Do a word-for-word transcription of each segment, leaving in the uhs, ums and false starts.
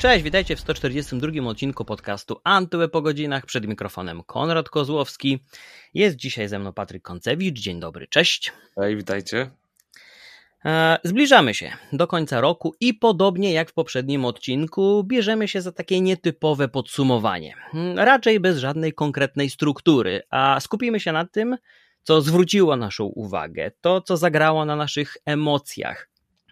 Cześć, witajcie w sto czterdziestym drugim odcinku podcastu Antyłeb po godzinach. Przed mikrofonem Konrad Kozłowski. Jest dzisiaj ze mną Patryk Koncewicz. Dzień dobry, cześć. Hej, witajcie. Zbliżamy się do końca roku i podobnie jak w poprzednim odcinku bierzemy się za takie nietypowe podsumowanie. Raczej bez żadnej konkretnej struktury, a skupimy się na tym, co zwróciło naszą uwagę, to co zagrało na naszych emocjach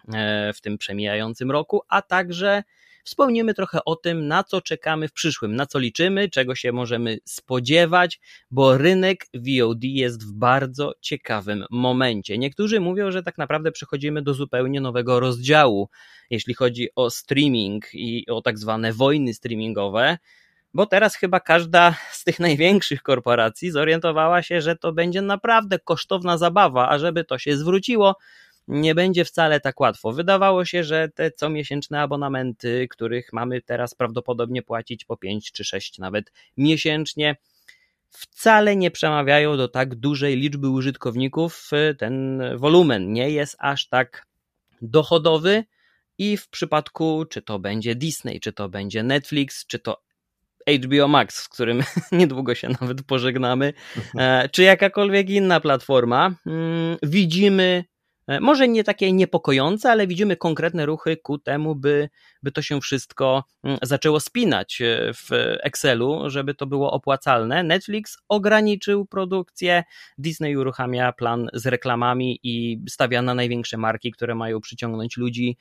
w tym przemijającym roku, a także wspomnimy trochę o tym, na co czekamy w przyszłym, na co liczymy, czego się możemy spodziewać, bo rynek V O D jest w bardzo ciekawym momencie. Niektórzy mówią, że tak naprawdę przechodzimy do zupełnie nowego rozdziału, jeśli chodzi o streaming i o tak zwane wojny streamingowe, bo teraz chyba każda z tych największych korporacji zorientowała się, że to będzie naprawdę kosztowna zabawa, a żeby to się zwróciło, nie będzie wcale tak łatwo. Wydawało się, że te comiesięczne abonamenty, których mamy teraz prawdopodobnie płacić po pięć czy sześć nawet miesięcznie, wcale nie przemawiają do tak dużej liczby użytkowników. Ten wolumen nie jest aż tak dochodowy i w przypadku, czy to będzie Disney, czy to będzie Netflix, czy to H B O Max, z którym niedługo się nawet pożegnamy, czy jakakolwiek inna platforma, widzimy może nie takie niepokojące, ale widzimy konkretne ruchy ku temu, by, by to się wszystko zaczęło spinać w Excelu, żeby to było opłacalne. Netflix ograniczył produkcję, Disney uruchamia plan z reklamami i stawia na największe marki, które mają przyciągnąć ludzi.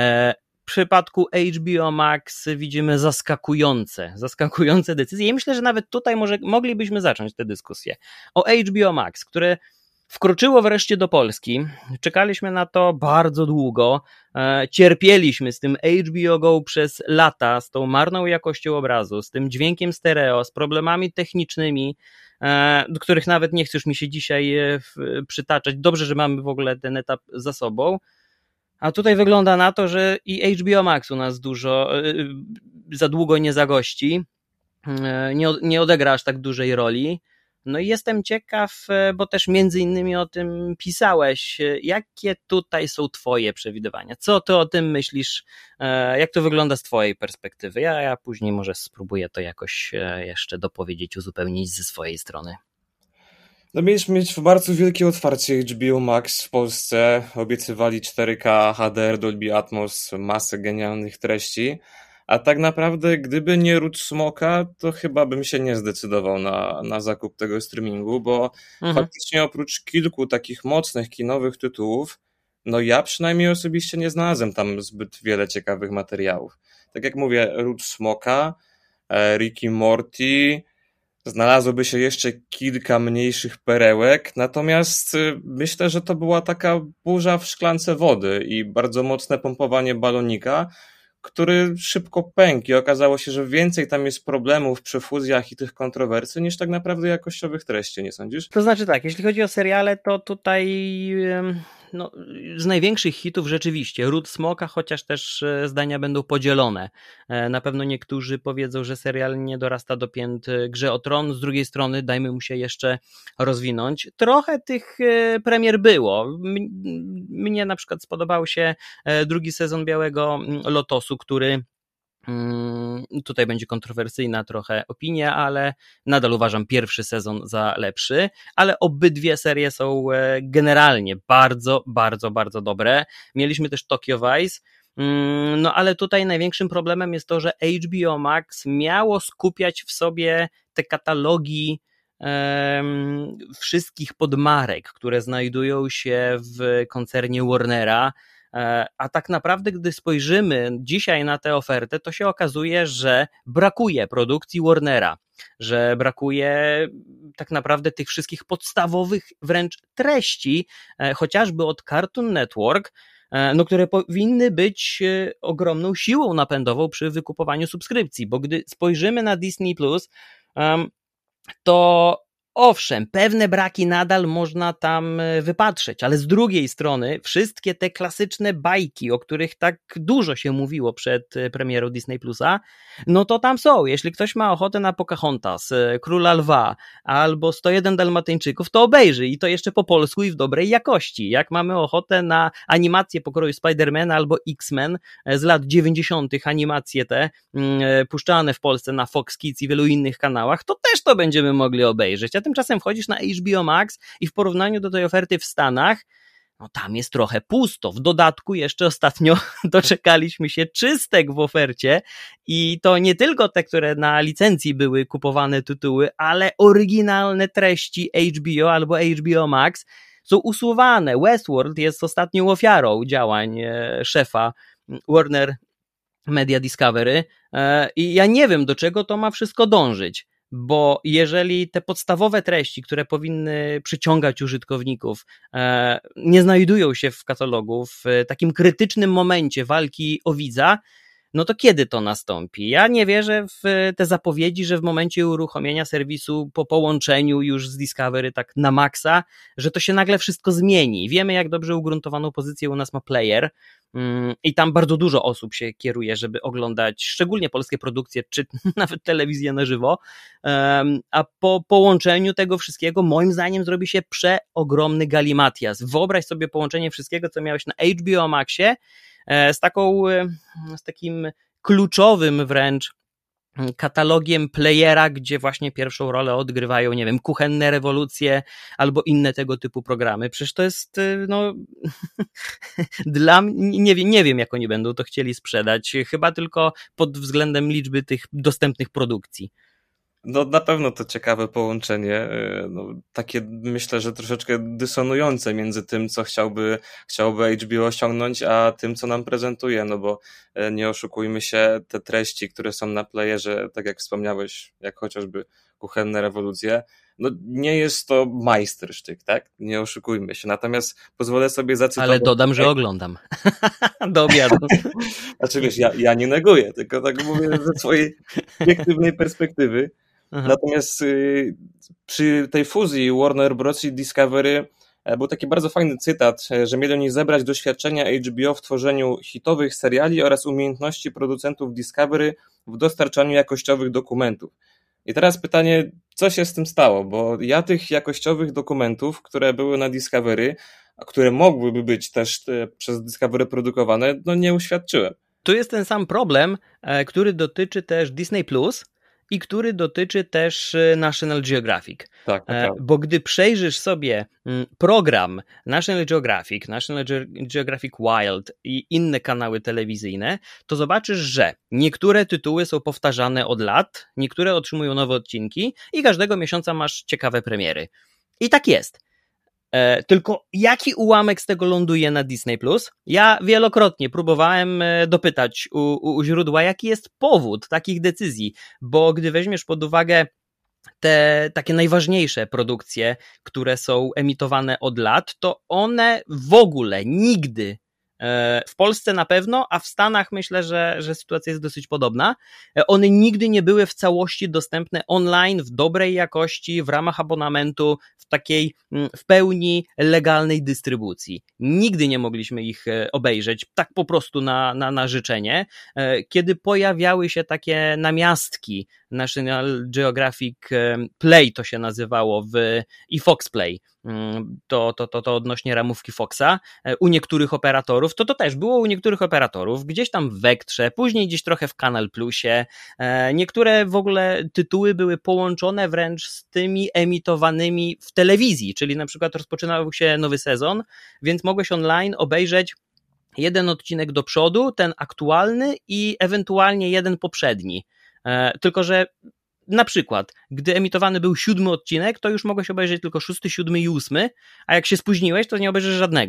W przypadku H B O Max widzimy zaskakujące, zaskakujące decyzje i myślę, że nawet tutaj może moglibyśmy zacząć tę dyskusję o H B O Max, które wkroczyło wreszcie do Polski. Czekaliśmy na to bardzo długo. Cierpieliśmy z tym H B O Go przez lata, z tą marną jakością obrazu, z tym dźwiękiem stereo, z problemami technicznymi, do których nawet nie chcesz mi się dzisiaj przytaczać. Dobrze, że mamy w ogóle ten etap za sobą. A tutaj wygląda na to, że i H B O Max u nas dużo, za długo nie zagości, nie, nie odegra aż tak dużej roli. No i jestem ciekaw, bo też między innymi o tym pisałeś, jakie tutaj są twoje przewidywania? Co ty o tym myślisz? Jak to wygląda z twojej perspektywy? Ja, ja później może spróbuję to jakoś jeszcze dopowiedzieć, uzupełnić ze swojej strony. No mieliśmy mieć bardzo wielkie otwarcie H B O Max w Polsce. Obiecywali cztery K, H D R, Dolby Atmos, masę genialnych treści. A tak naprawdę, gdyby nie Ród Smoka, to chyba bym się nie zdecydował na, na zakup tego streamingu, bo mhm. faktycznie oprócz kilku takich mocnych kinowych tytułów, no ja przynajmniej osobiście nie znalazłem tam zbyt wiele ciekawych materiałów. Tak jak mówię, Ród Smoka, Rick i Morty, znalazłoby się jeszcze kilka mniejszych perełek, natomiast myślę, że to była taka burza w szklance wody i bardzo mocne pompowanie balonika, który szybko pękł i okazało się, że więcej tam jest problemów przy fuzjach i tych kontrowersji niż tak naprawdę jakościowych treści, nie sądzisz? To znaczy tak, jeśli chodzi o seriale, to tutaj no, z największych hitów rzeczywiście Ród Smoka, chociaż też zdania będą podzielone. Na pewno niektórzy powiedzą, że serial nie dorasta do pięt Grze o Tron, z drugiej strony dajmy mu się jeszcze rozwinąć. Trochę tych premier było. Mnie na przykład spodobał się drugi sezon Białego Lotosu, który tutaj będzie kontrowersyjna trochę opinia, ale nadal uważam pierwszy sezon za lepszy, ale obydwie serie są generalnie bardzo, bardzo, bardzo dobre. Mieliśmy też Tokyo Vice, no ale tutaj największym problemem jest to, że H B O Max miało skupiać w sobie te katalogi um, wszystkich podmarek, które znajdują się w koncernie Warnera. A tak naprawdę, gdy spojrzymy dzisiaj na tę ofertę, to się okazuje, że brakuje produkcji Warnera, że brakuje tak naprawdę tych wszystkich podstawowych wręcz treści, chociażby od Cartoon Network, no, które powinny być ogromną siłą napędową przy wykupowaniu subskrypcji, bo gdy spojrzymy na Disney Plus, to owszem, pewne braki nadal można tam wypatrzeć, ale z drugiej strony wszystkie te klasyczne bajki, o których tak dużo się mówiło przed premierą Disney Plusa, no to tam są. Jeśli ktoś ma ochotę na Pocahontas, Króla Lwa albo sto jeden Dalmatyńczyków, to obejrzy i to jeszcze po polsku i w dobrej jakości. Jak mamy ochotę na animacje pokroju Spidermana albo X-Men z lat dziewięćdziesiątych, animacje te puszczane w Polsce na Fox Kids i wielu innych kanałach, to też to będziemy mogli obejrzeć. A tymczasem wchodzisz na H B O Max i w porównaniu do tej oferty w Stanach, no tam jest trochę pusto. W dodatku jeszcze ostatnio doczekaliśmy się czystek w ofercie i to nie tylko te, które na licencji były kupowane tytuły, ale oryginalne treści H B O albo H B O Max są usuwane. Westworld jest ostatnią ofiarą działań szefa Warner Media Discovery i ja nie wiem, do czego to ma wszystko dążyć, bo jeżeli te podstawowe treści, które powinny przyciągać użytkowników, nie znajdują się w katalogu w takim krytycznym momencie walki o widza, no to kiedy to nastąpi? Ja nie wierzę w te zapowiedzi, że w momencie uruchomienia serwisu po połączeniu już z Discovery tak na maksa, że to się nagle wszystko zmieni. Wiemy, jak dobrze ugruntowaną pozycję u nas ma Player i tam bardzo dużo osób się kieruje, żeby oglądać szczególnie polskie produkcje, czy nawet telewizję na żywo, a po połączeniu tego wszystkiego moim zdaniem zrobi się przeogromny galimatias. Wyobraź sobie połączenie wszystkiego, co miałeś na H B O Maxie, z taką, z takim kluczowym wręcz katalogiem Playera, gdzie właśnie pierwszą rolę odgrywają, nie wiem, Kuchenne rewolucje albo inne tego typu programy. Przecież to jest, no, dla mnie, nie wiem, nie wiem, jak oni będą to chcieli sprzedać, chyba tylko pod względem liczby tych dostępnych produkcji. No na pewno to ciekawe połączenie, no, takie myślę, że troszeczkę dysonujące między tym, co chciałby, chciałby H B O osiągnąć, a tym, co nam prezentuje, no bo nie oszukujmy się, te treści, które są na playerze, tak jak wspomniałeś, jak chociażby Kuchenne rewolucje, no nie jest to majstersztyk, tak? Nie oszukujmy się, natomiast pozwolę sobie zacytować... Ale dodam, że oglądam. Do obiadu. Znaczy wiesz, ja, ja nie neguję, tylko tak mówię ze swojej obiektywnej perspektywy. Aha. Natomiast y, przy tej fuzji Warner Bros. I Discovery y, był taki bardzo fajny cytat, y, że mieli oni zebrać doświadczenia H B O w tworzeniu hitowych seriali oraz umiejętności producentów Discovery w dostarczaniu jakościowych dokumentów. I teraz pytanie, co się z tym stało? Bo ja tych jakościowych dokumentów, które były na Discovery, a które mogłyby być też y, przez Discovery produkowane, no nie uświadczyłem. Tu jest ten sam problem, y, który dotyczy też Disney Plus, i który dotyczy też National Geographic. Tak, tak. Bo gdy przejrzysz sobie program National Geographic, National Geographic Wild i inne kanały telewizyjne, to zobaczysz, że niektóre tytuły są powtarzane od lat, niektóre otrzymują nowe odcinki i każdego miesiąca masz ciekawe premiery. I tak jest. E, tylko jaki ułamek z tego ląduje na Disney Plus? Ja wielokrotnie próbowałem dopytać u, u, u źródła, jaki jest powód takich decyzji, bo gdy weźmiesz pod uwagę te takie najważniejsze produkcje, które są emitowane od lat, to one w ogóle nigdy, w Polsce na pewno, a w Stanach myślę, że, że sytuacja jest dosyć podobna, one nigdy nie były w całości dostępne online, w dobrej jakości, w ramach abonamentu, w takiej w pełni legalnej dystrybucji. Nigdy nie mogliśmy ich obejrzeć tak po prostu na, na, na życzenie. Kiedy pojawiały się takie namiastki, National Geographic Play to się nazywało w, i Fox Play, to, to, to, to odnośnie ramówki Foxa, u niektórych operatorów, to to też było u niektórych operatorów, gdzieś tam w Vectrze, później gdzieś trochę w Kanal Plusie, niektóre w ogóle tytuły były połączone wręcz z tymi emitowanymi w telewizji, czyli na przykład rozpoczynał się nowy sezon, więc mogłeś online obejrzeć jeden odcinek do przodu, ten aktualny i ewentualnie jeden poprzedni. Tylko że na przykład, gdy emitowany był siódmy odcinek, to już mogłeś obejrzeć tylko szósty, siódmy i ósmy, a jak się spóźniłeś, to nie obejrzysz żadnego.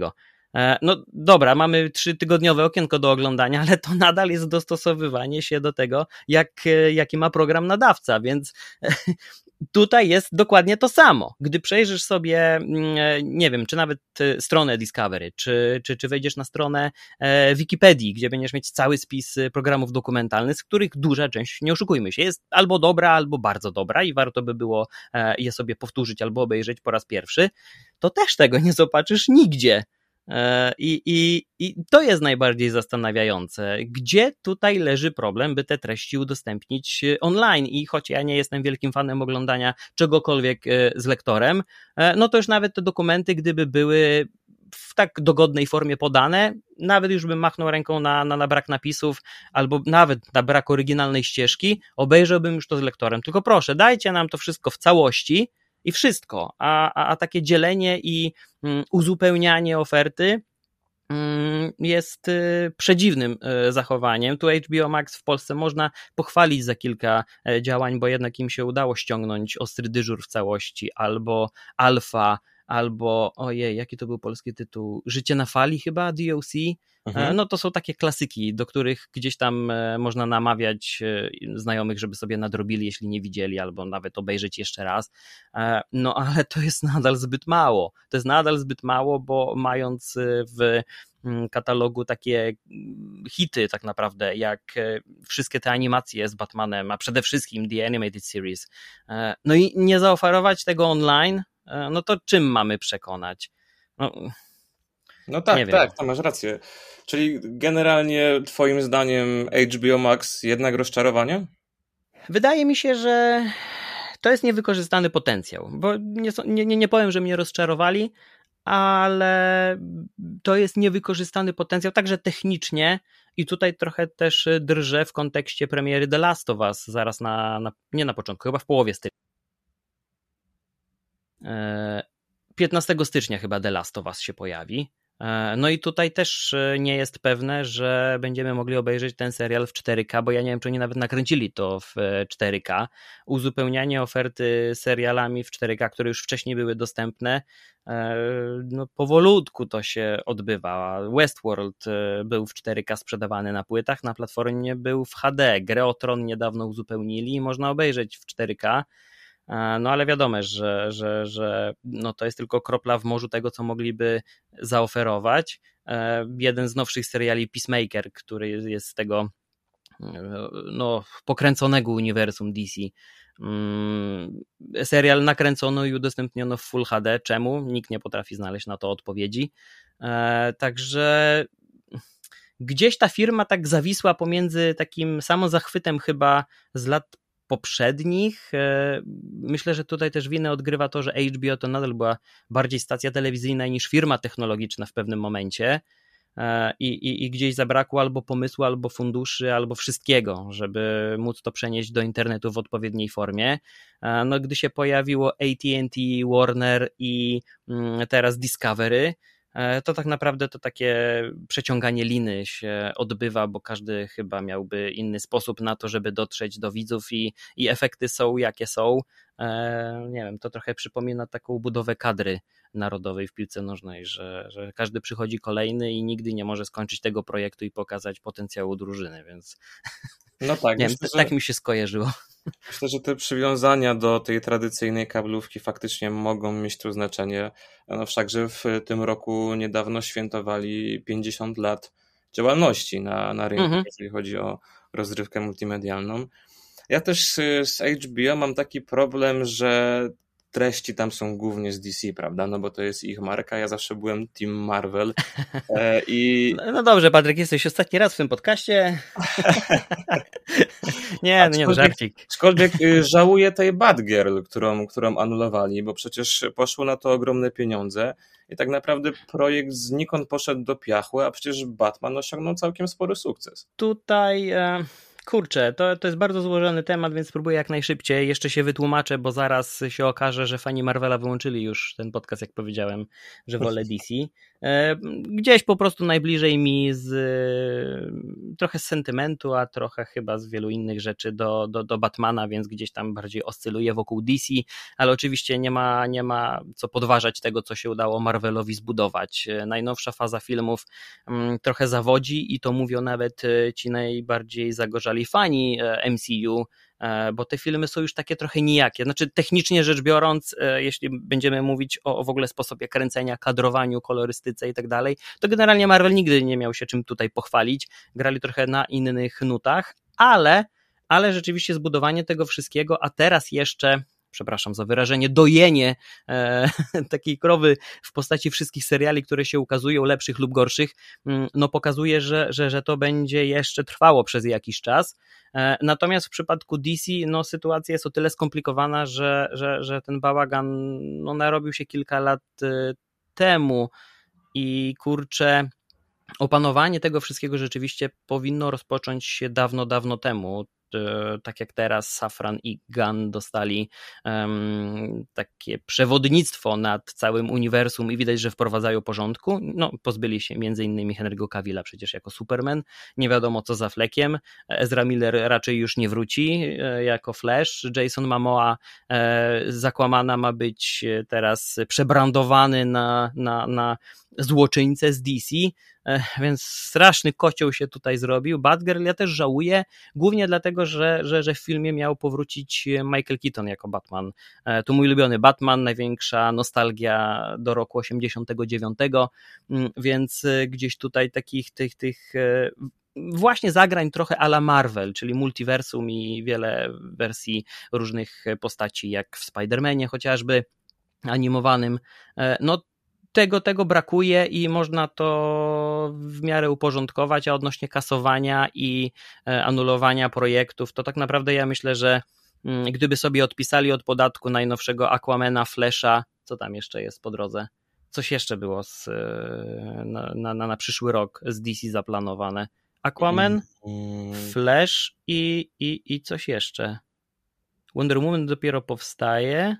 No dobra, mamy trzytygodniowe okienko do oglądania, ale to nadal jest dostosowywanie się do tego, jak, jaki ma program nadawca, więc tutaj jest dokładnie to samo. Gdy przejrzysz sobie, nie wiem, czy nawet stronę Discovery, czy, czy, czy wejdziesz na stronę Wikipedii, gdzie będziesz mieć cały spis programów dokumentalnych, z których duża część, nie oszukujmy się, jest albo dobra, albo bardzo dobra i warto by było je sobie powtórzyć albo obejrzeć po raz pierwszy, to też tego nie zobaczysz nigdzie. I, i, I to jest najbardziej zastanawiające. Gdzie tutaj leży problem, by te treści udostępnić online? I choć ja nie jestem wielkim fanem oglądania czegokolwiek z lektorem, no to już nawet te dokumenty, gdyby były w tak dogodnej formie podane, nawet już bym machnął ręką na, na, na brak napisów, albo nawet na brak oryginalnej ścieżki, obejrzałbym już to z lektorem. Tylko proszę, dajcie nam to wszystko w całości, i wszystko, a, a, a takie dzielenie i mm, uzupełnianie oferty mm, jest y, przedziwnym y, zachowaniem. Tu H B O Max w Polsce można pochwalić za kilka y, działań, bo jednak im się udało ściągnąć Ostry Dyżur w całości, albo Alfa, albo ojej, jaki to był polski tytuł? Życie na fali chyba, D O C. Mhm. No to są takie klasyki, do których gdzieś tam można namawiać znajomych, żeby sobie nadrobili, jeśli nie widzieli, albo nawet obejrzeć jeszcze raz. No ale to jest nadal zbyt mało. To jest nadal zbyt mało, bo mając w katalogu takie hity tak naprawdę, jak wszystkie te animacje z Batmanem, a przede wszystkim The Animated Series, no i nie zaoferować tego online, no to czym mamy przekonać? No, no tak, tak, to masz rację. Czyli generalnie twoim zdaniem H B O Max jednak rozczarowanie? Wydaje mi się, że to jest niewykorzystany potencjał, bo nie, nie, nie powiem, że mnie rozczarowali, ale to jest niewykorzystany potencjał, także technicznie, i tutaj trochę też drżę w kontekście premiery The Last of Us, zaraz na, na nie na początku, chyba w połowie stycznia. piętnastego stycznia chyba The Last of Us się pojawi. No i tutaj też nie jest pewne, że będziemy mogli obejrzeć ten serial w cztery K, bo ja nie wiem, czy oni nawet nakręcili to w cztery K. Uzupełnianie oferty serialami w cztery K, które już wcześniej były dostępne, no powolutku to się odbywa. Westworld był w cztery K sprzedawany na płytach, na platformie był w H D. Grę o Tron niedawno uzupełnili i można obejrzeć w cztery K. No ale wiadomo, że, że, że no to jest tylko kropla w morzu tego, co mogliby zaoferować. Jeden z nowszych seriali Peacemaker, który jest z tego no, pokręconego uniwersum D C. Serial nakręcono i udostępniono w Full H D. Czemu? Nikt nie potrafi znaleźć na to odpowiedzi. Także gdzieś ta firma tak zawisła pomiędzy takim samozachwytem chyba z lat poprzednich. Myślę, że tutaj też winę odgrywa to, że H B O to nadal była bardziej stacja telewizyjna niż firma technologiczna w pewnym momencie i, i, i gdzieś zabrakło albo pomysłu, albo funduszy, albo wszystkiego, żeby móc to przenieść do internetu w odpowiedniej formie. No, gdy się pojawiło A T and T, Warner i teraz Discovery, to tak naprawdę to takie przeciąganie liny się odbywa, bo każdy chyba miałby inny sposób na to, żeby dotrzeć do widzów i, i efekty są jakie są. Nie wiem, to trochę przypomina taką budowę kadry narodowej w piłce nożnej, że, że każdy przychodzi kolejny i nigdy nie może skończyć tego projektu i pokazać potencjału drużyny, więc no tak, nie myślę, wiem, że... tak mi się skojarzyło. Myślę, że te przywiązania do tej tradycyjnej kablówki faktycznie mogą mieć tu znaczenie. No wszakże w tym roku niedawno świętowali pięćdziesiąt lat działalności na, na rynku, mhm. jeżeli chodzi o rozrywkę multimedialną. Ja też z H B O mam taki problem, że treści tam są głównie z D C, prawda? No bo to jest ich marka. Ja zawsze byłem Team Marvel. E, i... no, no dobrze, Patryk, jesteś ostatni raz w tym podcaście. nie, no nie, no żarcik. Aczkolwiek żałuję tej Batgirl, którą, którą anulowali, bo przecież poszło na to ogromne pieniądze i tak naprawdę projekt znikąd poszedł do piachły, a przecież Batman osiągnął całkiem spory sukces. Tutaj... E... Kurczę, to, to jest bardzo złożony temat, więc spróbuję jak najszybciej. Jeszcze się wytłumaczę, bo zaraz się okaże, że fani Marvela wyłączyli już ten podcast, jak powiedziałem, że wolę D C. Gdzieś po prostu najbliżej mi z trochę z sentymentu, a trochę chyba z wielu innych rzeczy do, do, do Batmana, więc gdzieś tam bardziej oscyluję wokół D C, ale oczywiście nie ma, nie ma co podważać tego, co się udało Marvelowi zbudować. Najnowsza faza filmów trochę zawodzi i to mówią nawet ci najbardziej zagorzali fani M C U, bo te filmy są już takie trochę nijakie. Znaczy technicznie rzecz biorąc, jeśli będziemy mówić o, o w ogóle sposobie kręcenia, kadrowaniu, kolorystyce i tak dalej, to generalnie Marvel nigdy nie miał się czym tutaj pochwalić. Grali trochę na innych nutach, ale, ale rzeczywiście zbudowanie tego wszystkiego, a teraz jeszcze, przepraszam za wyrażenie, dojenie e, takiej krowy w postaci wszystkich seriali, które się ukazują, lepszych lub gorszych, no pokazuje, że, że, że to będzie jeszcze trwało przez jakiś czas. E, natomiast w przypadku D C no, sytuacja jest o tyle skomplikowana, że, że, że ten bałagan no, narobił się kilka lat e, temu i kurczę, opanowanie tego wszystkiego rzeczywiście powinno rozpocząć się dawno, dawno temu. Tak jak teraz Safran i Gunn dostali um, takie przewodnictwo nad całym uniwersum i widać, że wprowadzają porządku. No, pozbyli się między innymi Henry'ego Cavilla przecież jako Superman. Nie wiadomo co za Fleckiem. Ezra Miller raczej już nie wróci e, jako Flash. Jason Momoa e, z Aquamana ma być teraz przebrandowany na, na, na złoczyńcę z D C. Więc straszny kocioł się tutaj zrobił. Batgirl ja też żałuję, głównie dlatego, że, że, że w filmie miał powrócić Michael Keaton jako Batman. To mój ulubiony Batman, największa nostalgia do roku osiemdziesiątego dziewiątego, więc gdzieś tutaj takich tych, tych właśnie zagrań trochę a la Marvel, czyli multiversum i wiele wersji różnych postaci, jak w Spider-Manie chociażby animowanym. No Tego, tego brakuje i można to w miarę uporządkować, a odnośnie kasowania i anulowania projektów, to tak naprawdę ja myślę, że gdyby sobie odpisali od podatku najnowszego Aquamana, Flasha, co tam jeszcze jest po drodze? Coś jeszcze było z, na, na, na przyszły rok z D C zaplanowane. Aquaman, Flash i, i, i coś jeszcze. Wonder Woman dopiero powstaje.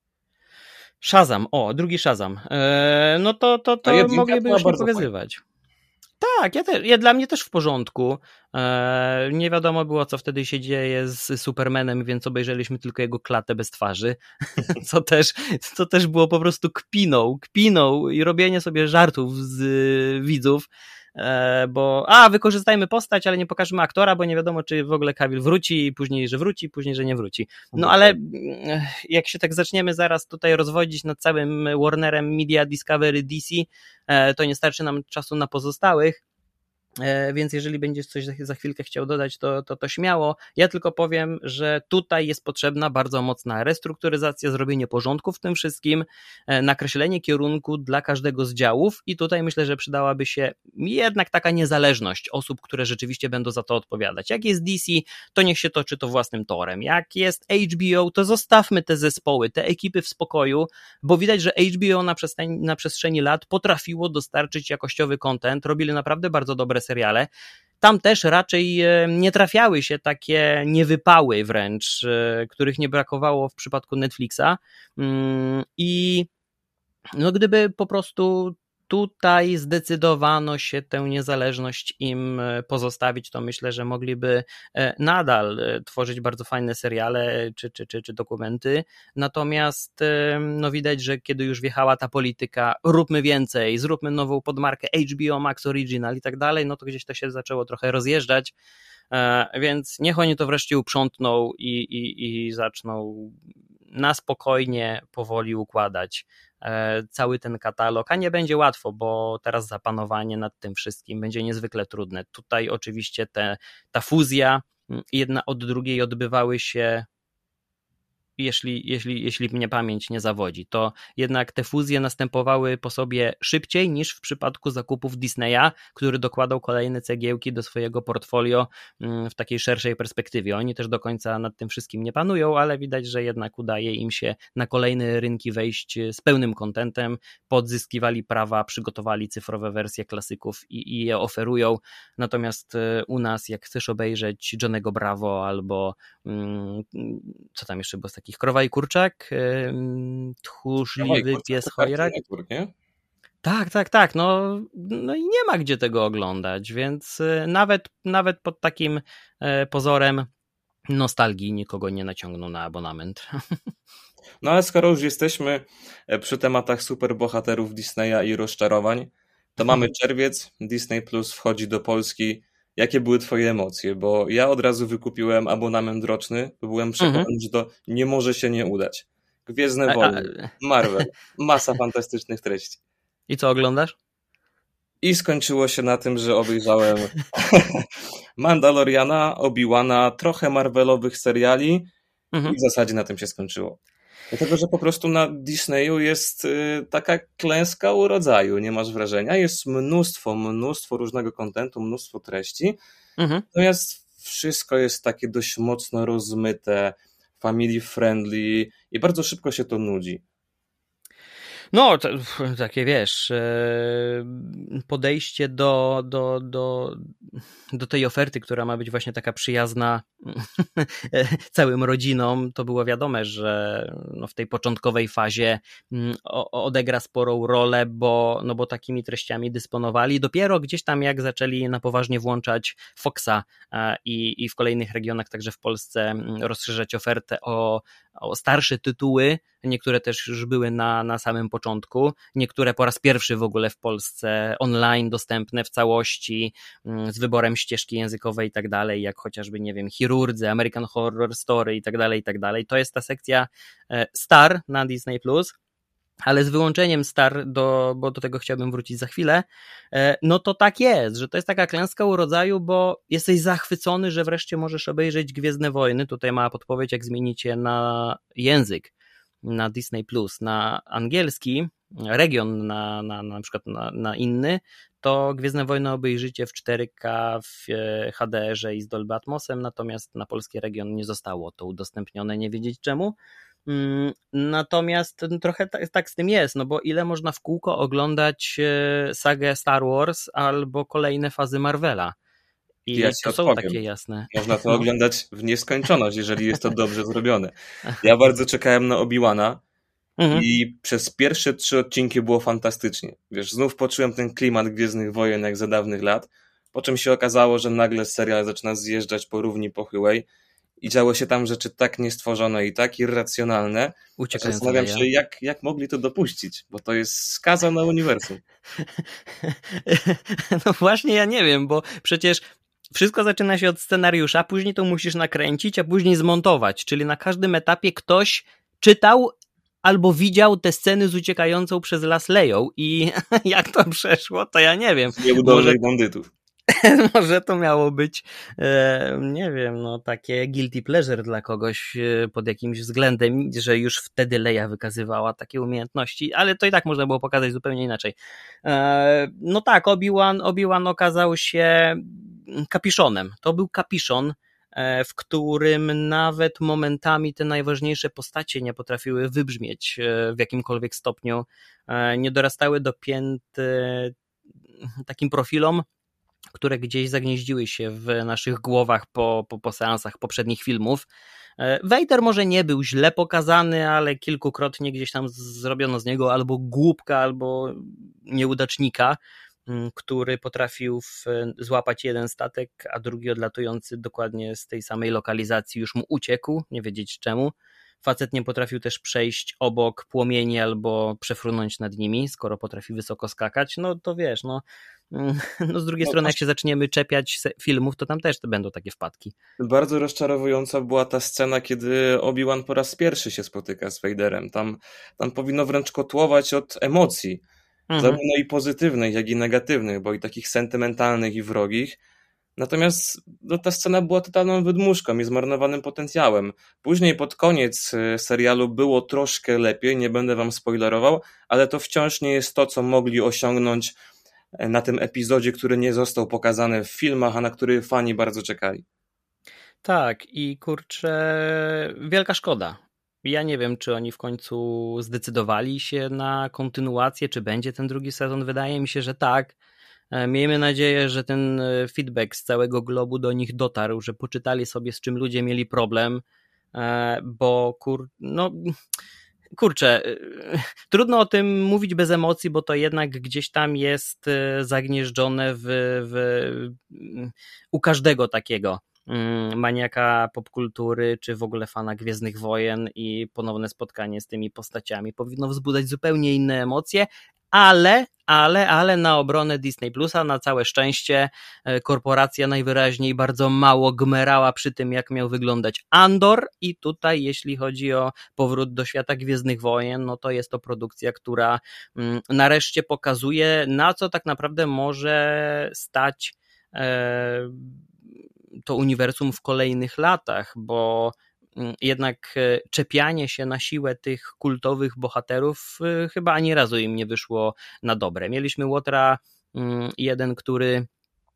Shazam, o, drugi Shazam. Eee, no to, to, to mogliby już nie pokazywać. Tak, ja też, ja, dla mnie też w porządku. Eee, nie wiadomo było, co wtedy się dzieje z Supermanem, więc obejrzeliśmy tylko jego klatę bez twarzy, co też, co też było po prostu kpiną, kpiną i robienie sobie żartów z y, widzów. Bo a, wykorzystajmy postać, ale nie pokażemy aktora, bo nie wiadomo, czy w ogóle Cavill wróci, później, że wróci, później, że nie wróci. No ale jak się tak zaczniemy zaraz tutaj rozwodzić nad całym Warnerem Media Discovery D C, to nie starczy nam czasu na pozostałych, więc jeżeli będziesz coś za chwilkę chciał dodać, to, to, to śmiało. Ja tylko powiem, że tutaj jest potrzebna bardzo mocna restrukturyzacja, zrobienie porządku w tym wszystkim, nakreślenie kierunku dla każdego z działów i tutaj myślę, że przydałaby się jednak taka niezależność osób, które rzeczywiście będą za to odpowiadać. Jak jest D C, to niech się toczy to własnym torem. Jak jest H B O, to zostawmy te zespoły, te ekipy w spokoju, bo widać, że H B O na przestrzeni, na przestrzeni lat potrafiło dostarczyć jakościowy content, robili naprawdę bardzo dobre seriale. Tam też raczej nie trafiały się takie niewypały wręcz, których nie brakowało w przypadku Netflixa i no gdyby po prostu tutaj zdecydowano się tę niezależność im pozostawić, to myślę, że mogliby nadal tworzyć bardzo fajne seriale czy, czy, czy, czy dokumenty, natomiast no widać, że kiedy już wjechała ta polityka, róbmy więcej, zróbmy nową podmarkę H B O Max Original i tak dalej, no to gdzieś to się zaczęło trochę rozjeżdżać, więc niech oni to wreszcie uprzątną i, i, i zaczną na spokojnie, powoli układać cały ten katalog, a nie będzie łatwo, bo teraz zapanowanie nad tym wszystkim będzie niezwykle trudne. Tutaj oczywiście te, ta fuzja jedna od drugiej odbywały się jeśli, jeśli, jeśli mnie pamięć nie zawodzi, to jednak te fuzje następowały po sobie szybciej niż w przypadku zakupów Disneya, który dokładał kolejne cegiełki do swojego portfolio w takiej szerszej perspektywie. Oni też do końca nad tym wszystkim nie panują, ale widać, że jednak udaje im się na kolejne rynki wejść z pełnym kontentem, podzyskiwali prawa, przygotowali cyfrowe wersje klasyków i, i je oferują. Natomiast u nas, jak chcesz obejrzeć Johnnego Bravo albo mm, co tam jeszcze było z takich, Krowa i Kurczak, Tchórzliwy pies Chojrak. Tak, tak, tak, no, no i nie ma gdzie tego oglądać, więc nawet, nawet pod takim pozorem nostalgii nikogo nie naciągną na abonament. No ale skoro już jesteśmy przy tematach superbohaterów Disneya i rozczarowań, to mamy czerwiec, Disney Plus wchodzi do Polski. Jakie były twoje emocje? Bo ja od razu wykupiłem abonament roczny, bo byłem przekonany, mhm. że to nie może się nie udać. Gwiezdne Wojny, Marvel, masa fantastycznych treści. I co oglądasz? I skończyło się na tym, że obejrzałem Mandaloriana, Obi-Wana, trochę Marvelowych seriali mhm. i w zasadzie na tym się skończyło. Dlatego, że po prostu na Disneyu jest y, taka klęska urodzaju, nie masz wrażenia? Jest mnóstwo, mnóstwo różnego kontentu, mnóstwo treści, mhm. natomiast wszystko jest takie dość mocno rozmyte, family friendly i bardzo szybko się to nudzi. No, to, takie wiesz, podejście do, do, do, do tej oferty, która ma być właśnie taka przyjazna całym rodzinom, to było wiadome, że no w tej początkowej fazie odegra sporą rolę, bo, no bo takimi treściami dysponowali. Dopiero gdzieś tam jak zaczęli na poważnie włączać Foxa i, i w kolejnych regionach, także w Polsce, rozszerzać ofertę o, o starsze tytuły, niektóre też już były na, na samym początku, niektóre po raz pierwszy w ogóle w Polsce online dostępne w całości, z wyborem ścieżki językowej i tak dalej, jak chociażby, nie wiem, Chirurdzy, American Horror Story i tak dalej, i tak dalej. To jest ta sekcja Star na Disney Plus, ale z wyłączeniem Star, do, bo do tego chciałbym wrócić za chwilę, no to tak jest, że to jest taka klęska urodzaju, bo jesteś zachwycony, że wreszcie możesz obejrzeć Gwiezdne Wojny. Tutaj mała podpowiedź, jak zmienicie na język, na Disney Plus, na angielski, region na, na, na przykład na, na inny, to Gwiezdne Wojny obejrzycie w cztery K, w H D R-ze i z Dolby Atmosem, natomiast na polski region nie zostało to udostępnione, nie wiedzieć czemu. Natomiast trochę tak, tak z tym jest, no bo ile można w kółko oglądać sagę Star Wars albo kolejne fazy Marvela. I ja to są takie jasne. Można to no. oglądać w nieskończoność, jeżeli jest to dobrze zrobione. Ja bardzo czekałem na Obi-Wana mhm. i przez pierwsze trzy odcinki było fantastycznie. Wiesz, znów poczułem ten klimat Gwiezdnych Wojen jak za dawnych lat, po czym się okazało, że nagle serial zaczyna zjeżdżać po równi pochyłej i działy się tam rzeczy tak niestworzone i tak irracjonalne, że zastanawiam się, jak, jak mogli to dopuścić, bo to jest skaza na uniwersum. No właśnie, ja nie wiem, bo przecież wszystko zaczyna się od scenariusza, później to musisz nakręcić, a później zmontować, czyli na każdym etapie ktoś czytał albo widział te sceny z uciekającą przez las Leją i jak to przeszło, to ja nie wiem. Nieudolnych bandytów. Może to miało być, e, nie wiem, no takie guilty pleasure dla kogoś e, pod jakimś względem, że już wtedy Leia wykazywała takie umiejętności, ale to i tak można było pokazać zupełnie inaczej. E, no tak, Obi-Wan, Obi-Wan okazał się kapiszonem. To był kapiszon, e, w którym nawet momentami te najważniejsze postacie nie potrafiły wybrzmieć e, w jakimkolwiek stopniu, e, nie dorastały do pięt e, takim profilom, które gdzieś zagnieździły się w naszych głowach po, po, po seansach poprzednich filmów. Vader może nie był źle pokazany, ale kilkukrotnie gdzieś tam zrobiono z niego albo głupka, albo nieudacznika, który potrafił w, złapać jeden statek, a drugi odlatujący dokładnie z tej samej lokalizacji już mu uciekł, nie wiedzieć czemu. Facet nie potrafił też przejść obok płomieni albo przefrunąć nad nimi, skoro potrafi wysoko skakać, no to wiesz, no, no z drugiej no, strony jak się zaczniemy czepiać filmów, to tam też to będą takie wpadki. Bardzo rozczarowująca była ta scena, kiedy Obi-Wan po raz pierwszy się spotyka z Vaderem. Tam, tam powinno wręcz kotłować od emocji, mhm. zarówno i pozytywnych, jak i negatywnych, bo i takich sentymentalnych i wrogich, Natomiast no, ta scena była totalną wydmuszką i zmarnowanym potencjałem. Później pod koniec y, serialu było troszkę lepiej, nie będę wam spoilerował, ale to wciąż nie jest to, co mogli osiągnąć e, na tym epizodzie, który nie został pokazany w filmach, a na który fani bardzo czekali. Tak, i kurczę, wielka szkoda. Ja nie wiem, czy oni w końcu zdecydowali się na kontynuację, czy będzie ten drugi sezon. Wydaje mi się, że tak. E, Miejmy nadzieję, że ten e, feedback z całego globu do nich dotarł, że poczytali sobie, z czym ludzie mieli problem, e, bo kur... no kurczę, e, trudno o tym mówić bez emocji, bo to jednak gdzieś tam jest e, zagnieżdżone w, w, u każdego takiego mm, maniaka popkultury, czy w ogóle fana Gwiezdnych Wojen, i ponowne spotkanie z tymi postaciami powinno wzbudzać zupełnie inne emocje, ale, ale, ale na obronę Disney Plusa, na całe szczęście, e, korporacja najwyraźniej bardzo mało gmerała przy tym, jak miał wyglądać Andor, i tutaj jeśli chodzi o powrót do świata Gwiezdnych Wojen, no to jest to produkcja, która mm, nareszcie pokazuje, na co tak naprawdę może stać e, to uniwersum w kolejnych latach, bo jednak czepianie się na siłę tych kultowych bohaterów chyba ani razu im nie wyszło na dobre. Mieliśmy Łotra jeden, który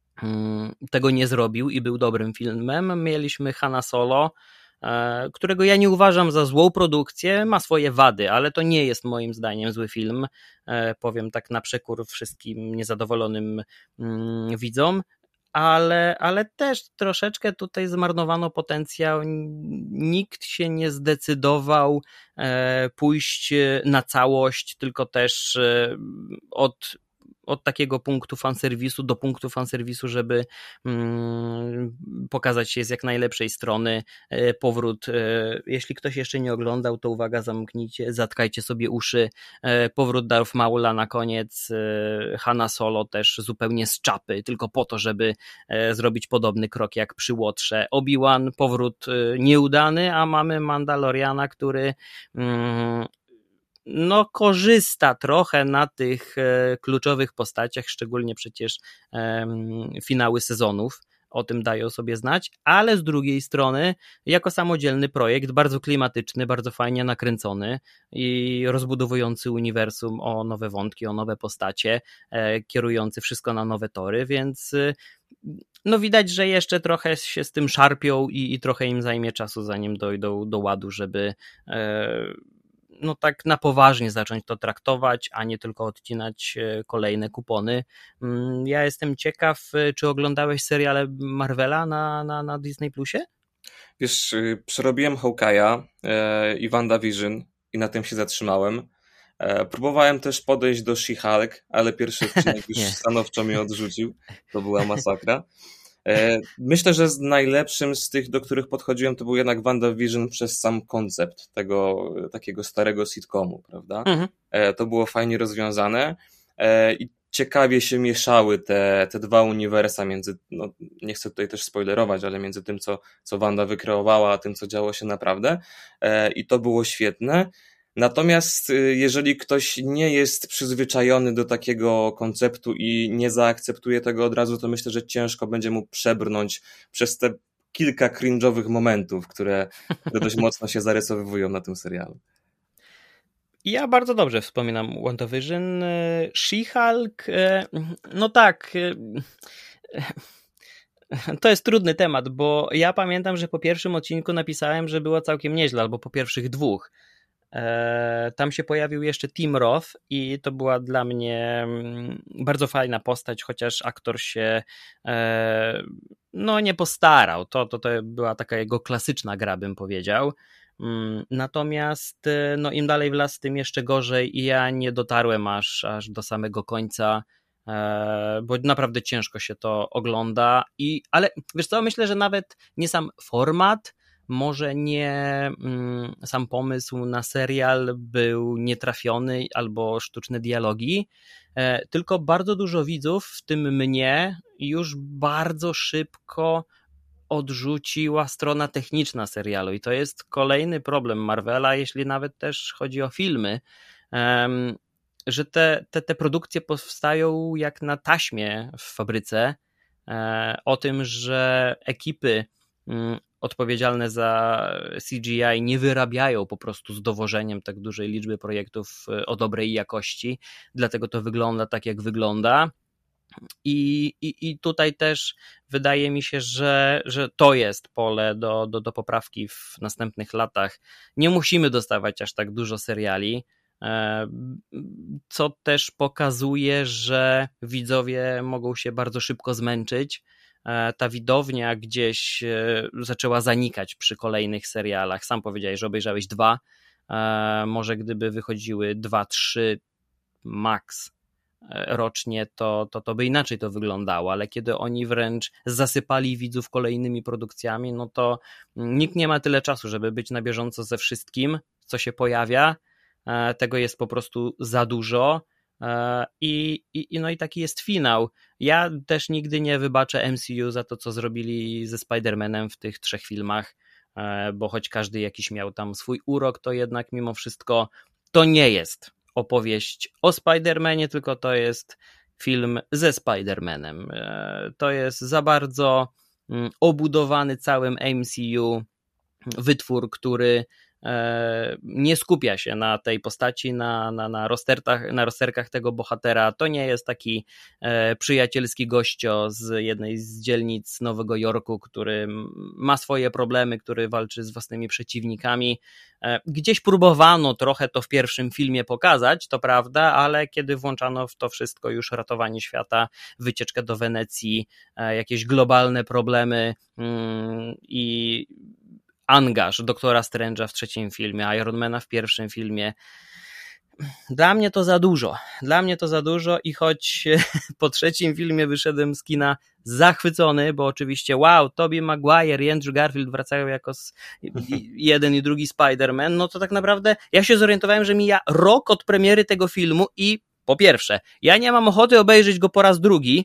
tego nie zrobił i był dobrym filmem. Mieliśmy Hanna Solo, którego ja nie uważam za złą produkcję, ma swoje wady, ale to nie jest moim zdaniem zły film, powiem tak na przekór wszystkim niezadowolonym widzom. Ale, ale też troszeczkę tutaj zmarnowano potencjał. Nikt się nie zdecydował pójść na całość, tylko też od, od takiego punktu fanserwisu do punktu fanserwisu, żeby mm, pokazać się z jak najlepszej strony. Powrót, jeśli ktoś jeszcze nie oglądał, to uwaga, zamknijcie, zatkajcie sobie uszy. Powrót Darth Maula na koniec, Hanna Solo też zupełnie z czapy, tylko po to, żeby zrobić podobny krok jak przy Łotrze. Obi-Wan, powrót nieudany, a mamy Mandaloriana, który mm, no korzysta trochę na tych kluczowych postaciach, szczególnie przecież um, finały sezonów, o tym dają sobie znać, ale z drugiej strony jako samodzielny projekt, bardzo klimatyczny, bardzo fajnie nakręcony i rozbudowujący uniwersum o nowe wątki, o nowe postacie, e, kierujący wszystko na nowe tory, więc no widać, że jeszcze trochę się z tym szarpią i, i trochę im zajmie czasu, zanim dojdą do ładu, żeby e, no tak na poważnie zacząć to traktować, a nie tylko odcinać kolejne kupony. Ja jestem ciekaw, czy oglądałeś seriale Marvela na, na, na Disney Plusie? Wiesz, przerobiłem Hawkeye'a e, i WandaVision i na tym się zatrzymałem. E, próbowałem też podejść do She-Hulk, ale pierwszy odcinek już stanowczo mnie odrzucił. To była masakra. Myślę, że z najlepszym z tych, do których podchodziłem, to był jednak WandaVision przez sam koncept tego takiego starego sitcomu, prawda? Mhm. To było fajnie rozwiązane i ciekawie się mieszały te, te dwa uniwersa między, no nie chcę tutaj też spoilerować, ale między tym, co, co Wanda wykreowała, a tym, co działo się naprawdę, i to było świetne. Natomiast jeżeli ktoś nie jest przyzwyczajony do takiego konceptu i nie zaakceptuje tego od razu, to myślę, że ciężko będzie mu przebrnąć przez te kilka cringe'owych momentów, które, które dość mocno się zarysowywują na tym serialu. Ja bardzo dobrze wspominam WandaVision. She-Hulk, no tak, to jest trudny temat, bo ja pamiętam, że po pierwszym odcinku napisałem, że było całkiem nieźle, albo po pierwszych dwóch. Tam się pojawił jeszcze Tim Roth i to była dla mnie bardzo fajna postać, chociaż aktor się no nie postarał. To, to, to była taka jego klasyczna gra, bym powiedział. Natomiast no im dalej w las, tym jeszcze gorzej i ja nie dotarłem aż, aż do samego końca, bo naprawdę ciężko się to ogląda. I, ale wiesz co, myślę, że nawet nie sam format, może nie mm, sam pomysł na serial był nietrafiony albo sztuczne dialogi, e, tylko bardzo dużo widzów, w tym mnie, już bardzo szybko odrzuciła strona techniczna serialu i to jest kolejny problem Marvela, jeśli nawet też chodzi o filmy, um, że te, te, te produkcje powstają jak na taśmie w fabryce, o tym, że ekipy odpowiedzialne za C G I nie wyrabiają po prostu z dowożeniem tak dużej liczby projektów o dobrej jakości, dlatego to wygląda tak, jak wygląda. I, i, i tutaj też wydaje mi się, że, że to jest pole do, do, do poprawki w następnych latach. Nie musimy dostawać aż tak dużo seriali, co też pokazuje, że widzowie mogą się bardzo szybko zmęczyć. Ta widownia gdzieś zaczęła zanikać przy kolejnych serialach. Sam powiedziałeś, że obejrzałeś dwa. Może gdyby wychodziły dwa, trzy max rocznie, to, to, to by inaczej to wyglądało, ale kiedy oni wręcz zasypali widzów kolejnymi produkcjami, no to nikt nie ma tyle czasu, żeby być na bieżąco ze wszystkim, co się pojawia. Tego jest po prostu za dużo. I, i, no i taki jest finał. Ja też nigdy nie wybaczę M C U za to, co zrobili ze Spider-Manem w tych trzech filmach, bo choć każdy jakiś miał tam swój urok, to jednak mimo wszystko to nie jest opowieść o Spider-Manie, tylko to jest film ze Spider-Manem. To jest za bardzo obudowany całym M C U wytwór, który nie skupia się na tej postaci, na, na, na, rozterkach, na rozterkach tego bohatera. To nie jest taki e, przyjacielski gościo z jednej z dzielnic Nowego Jorku, który ma swoje problemy, który walczy z własnymi przeciwnikami. E, gdzieś próbowano trochę to w pierwszym filmie pokazać, to prawda, ale kiedy włączano w to wszystko już ratowanie świata, wycieczkę do Wenecji, e, jakieś globalne problemy mm, i angaż Doktora Strange'a w trzecim filmie, Ironmana w pierwszym filmie. Dla mnie to za dużo. Dla mnie to za dużo i choć po trzecim filmie wyszedłem z kina zachwycony, bo oczywiście wow, Tobey Maguire i Andrew Garfield wracają jako jeden i drugi Spider-Man, no to tak naprawdę ja się zorientowałem, że mija rok od premiery tego filmu i po pierwsze, ja nie mam ochoty obejrzeć go po raz drugi,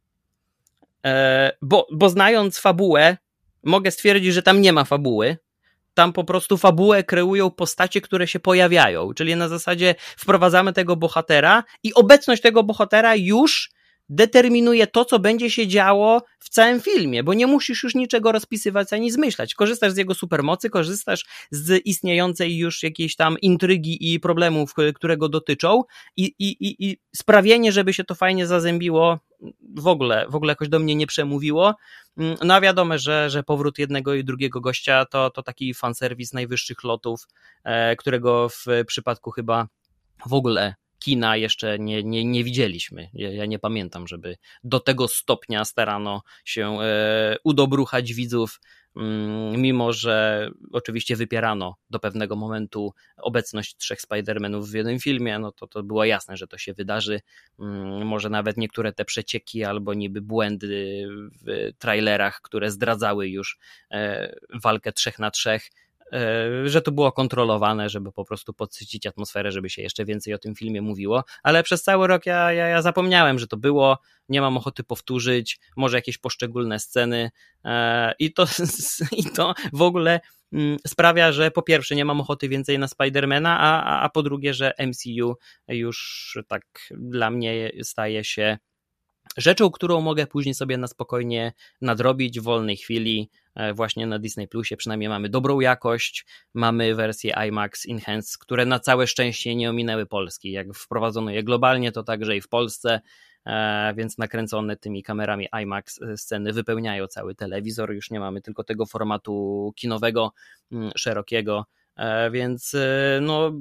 bo, bo znając fabułę, mogę stwierdzić, że tam nie ma fabuły. Tam po prostu fabułę kreują postacie, które się pojawiają. Czyli na zasadzie wprowadzamy tego bohatera i obecność tego bohatera już determinuje to, co będzie się działo w całym filmie, bo nie musisz już niczego rozpisywać ani zmyślać. Korzystasz z jego supermocy, korzystasz z istniejącej już jakiejś tam intrygi i problemów, które go dotyczą i, i, i, i sprawienie, żeby się to fajnie zazębiło, w ogóle, w ogóle jakoś do mnie nie przemówiło. No a wiadomo, że, że powrót jednego i drugiego gościa to, to taki fanserwis najwyższych lotów, e, którego w przypadku chyba w ogóle kina jeszcze nie, nie, nie widzieliśmy. Ja, ja nie pamiętam, żeby do tego stopnia starano się e, udobruchać widzów, mm, mimo że oczywiście wypierano do pewnego momentu obecność trzech Spider-Manów w jednym filmie, no to, to było jasne, że to się wydarzy. Mm, może nawet niektóre te przecieki albo niby błędy w trailerach, które zdradzały już e, walkę trzech na trzech, że to było kontrolowane, żeby po prostu podsycić atmosferę, żeby się jeszcze więcej o tym filmie mówiło, ale przez cały rok ja, ja, ja zapomniałem, że to było, nie mam ochoty powtórzyć, może jakieś poszczególne sceny i to, i to w ogóle sprawia, że po pierwsze nie mam ochoty więcej na Spidermana, a, a po drugie, że M C U już tak dla mnie staje się rzeczą, którą mogę później sobie na spokojnie nadrobić w wolnej chwili, właśnie na Disney Plusie. Przynajmniej mamy dobrą jakość, mamy wersje IMAX Enhanced, które na całe szczęście nie ominęły Polski. Jak wprowadzono je globalnie, to także i w Polsce, więc nakręcone tymi kamerami IMAX sceny wypełniają cały telewizor. Już nie mamy tylko tego formatu kinowego, szerokiego, więc no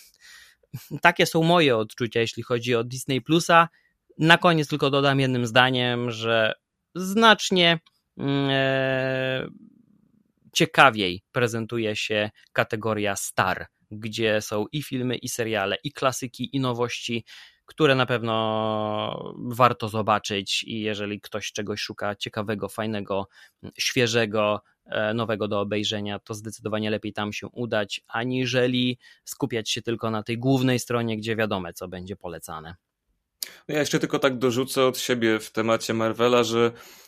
takie są moje odczucia, jeśli chodzi o Disney Plusa. Na koniec tylko dodam jednym zdaniem, że znacznie e, ciekawiej prezentuje się kategoria Star, gdzie są i filmy, i seriale, i klasyki, i nowości, które na pewno warto zobaczyć i jeżeli ktoś czegoś szuka ciekawego, fajnego, świeżego, nowego do obejrzenia, to zdecydowanie lepiej tam się udać, aniżeli skupiać się tylko na tej głównej stronie, gdzie wiadomo, co będzie polecane. Ja jeszcze tylko tak dorzucę od siebie w temacie Marvela, że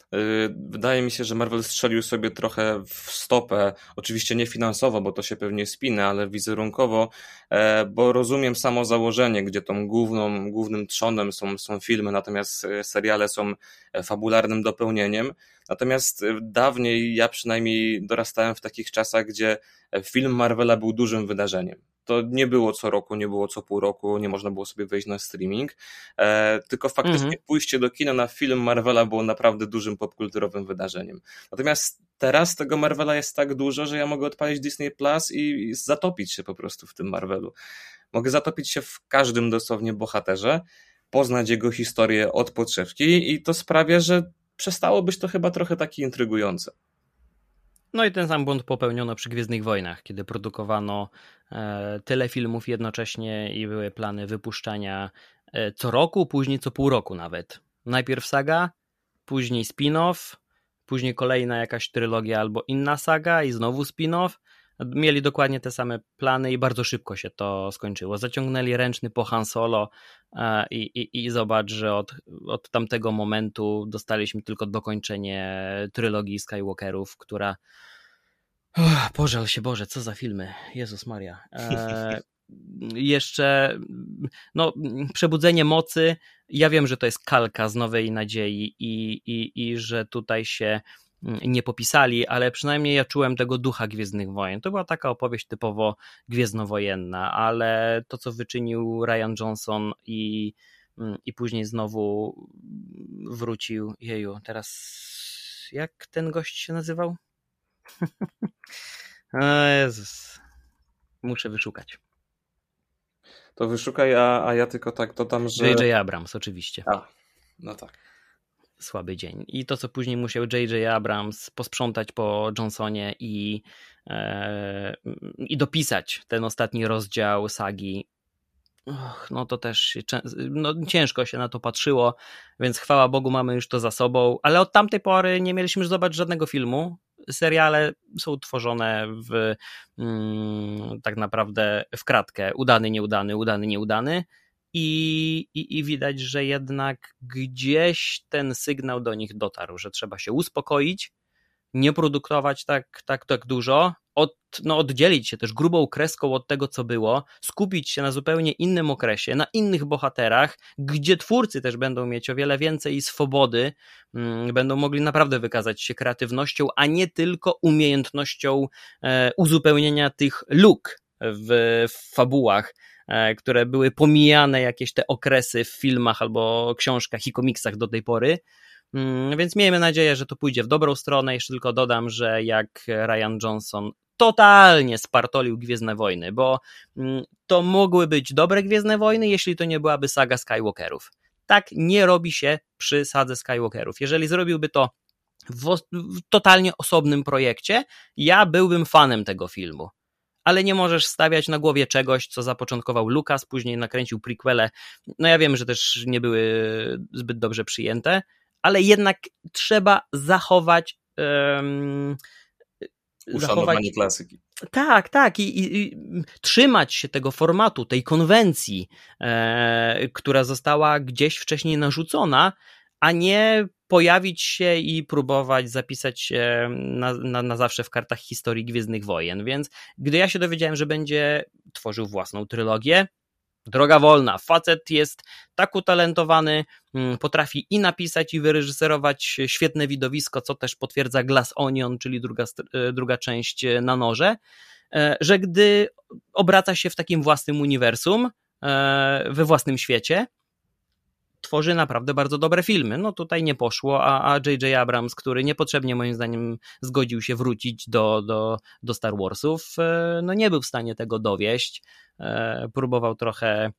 Wydaje mi się, że Marvel strzelił sobie trochę w stopę, oczywiście nie finansowo, bo to się pewnie spina, ale wizerunkowo, bo rozumiem samo założenie, gdzie tą główną, głównym trzonem są, są filmy, natomiast seriale są fabularnym dopełnieniem. Natomiast dawniej ja przynajmniej dorastałem w takich czasach, gdzie film Marvela był dużym wydarzeniem. To nie było co roku, nie było co pół roku, nie można było sobie wejść na streaming, e, tylko faktycznie mhm. pójście do kina na film Marvela było naprawdę dużym popkulturowym wydarzeniem. Natomiast teraz tego Marvela jest tak dużo, że ja mogę odpalić Disney Plus i, i zatopić się po prostu w tym Marvelu. Mogę zatopić się w każdym dosłownie bohaterze, poznać jego historię od podszewki i to sprawia, że przestało być to chyba trochę takie intrygujące. No i ten sam błąd popełniono przy Gwiezdnych Wojnach, kiedy produkowano e, tyle filmów jednocześnie i były plany wypuszczania e, co roku, później co pół roku nawet. Najpierw saga, później spin-off, później kolejna jakaś trylogia albo inna saga i znowu spin-off. Mieli dokładnie te same plany i bardzo szybko się to skończyło. Zaciągnęli ręczny po Han Solo e, i, i, i zobacz, że od, od tamtego momentu dostaliśmy tylko dokończenie trylogii Skywalkerów, która... Oh, pożal się Boże, co za filmy. Jezus Maria. E, jeszcze no, Przebudzenie Mocy. Ja wiem, że to jest kalka z Nowej Nadziei i, i, i że tutaj się nie popisali, ale przynajmniej ja czułem tego ducha Gwiezdnych Wojen. To była taka opowieść typowo gwiezdnowojenna, ale to, co wyczynił Rian Johnson i, i później znowu wrócił, jeju, teraz jak ten gość się nazywał? O Jezus, muszę wyszukać. To wyszukaj, a, a ja tylko tak dodam, że... J J Abrams oczywiście. A, no tak. Słaby dzień. I to, co później musiał J J Abrams posprzątać po Johnsonie i, e, i dopisać ten ostatni rozdział sagi, Och, no to też no, ciężko się na to patrzyło, więc chwała Bogu mamy już to za sobą, ale od tamtej pory nie mieliśmy już zobaczyć żadnego filmu. Seriale są tworzone w mm, tak naprawdę w kratkę. Udany, nieudany, udany, nieudany. I, i, I widać, że jednak gdzieś ten sygnał do nich dotarł, że trzeba się uspokoić, nie produkować tak, tak, tak dużo, od, no oddzielić się też grubą kreską od tego, co było, skupić się na zupełnie innym okresie, na innych bohaterach, gdzie twórcy też będą mieć o wiele więcej swobody, hmm, będą mogli naprawdę wykazać się kreatywnością, a nie tylko umiejętnością e, uzupełnienia tych luk w, w fabułach, które były pomijane jakieś te okresy w filmach albo książkach i komiksach do tej pory, więc miejmy nadzieję, że to pójdzie w dobrą stronę. Jeszcze tylko dodam, że jak Rian Johnson totalnie spartolił Gwiezdne Wojny, bo to mogły być dobre Gwiezdne Wojny, jeśli to nie byłaby saga Skywalkerów. Tak nie robi się przy sadze Skywalkerów. Jeżeli zrobiłby to w, w totalnie osobnym projekcie, ja byłbym fanem tego filmu. Ale nie możesz stawiać na głowie czegoś, co zapoczątkował Lucas, później nakręcił prequele. No ja wiem, że też nie były zbyt dobrze przyjęte, ale jednak trzeba zachować um, uszanowanie zachować... klasyki. Tak, tak i, i, i trzymać się tego formatu, tej konwencji, e, która została gdzieś wcześniej narzucona, a nie pojawić się i próbować zapisać się na, na, na zawsze w kartach historii Gwiezdnych Wojen. Więc gdy ja się dowiedziałem, że będzie tworzył własną trylogię, droga wolna. Facet jest tak utalentowany, potrafi i napisać, i wyreżyserować świetne widowisko, co też potwierdza Glass Onion, czyli druga, druga część Na noże, że gdy obraca się w takim własnym uniwersum, we własnym świecie, tworzy naprawdę bardzo dobre filmy. No tutaj nie poszło, a, a J J Abrams, który niepotrzebnie moim zdaniem zgodził się wrócić do, do, do Star Warsów, no nie był w stanie tego dowieść. Próbował trochę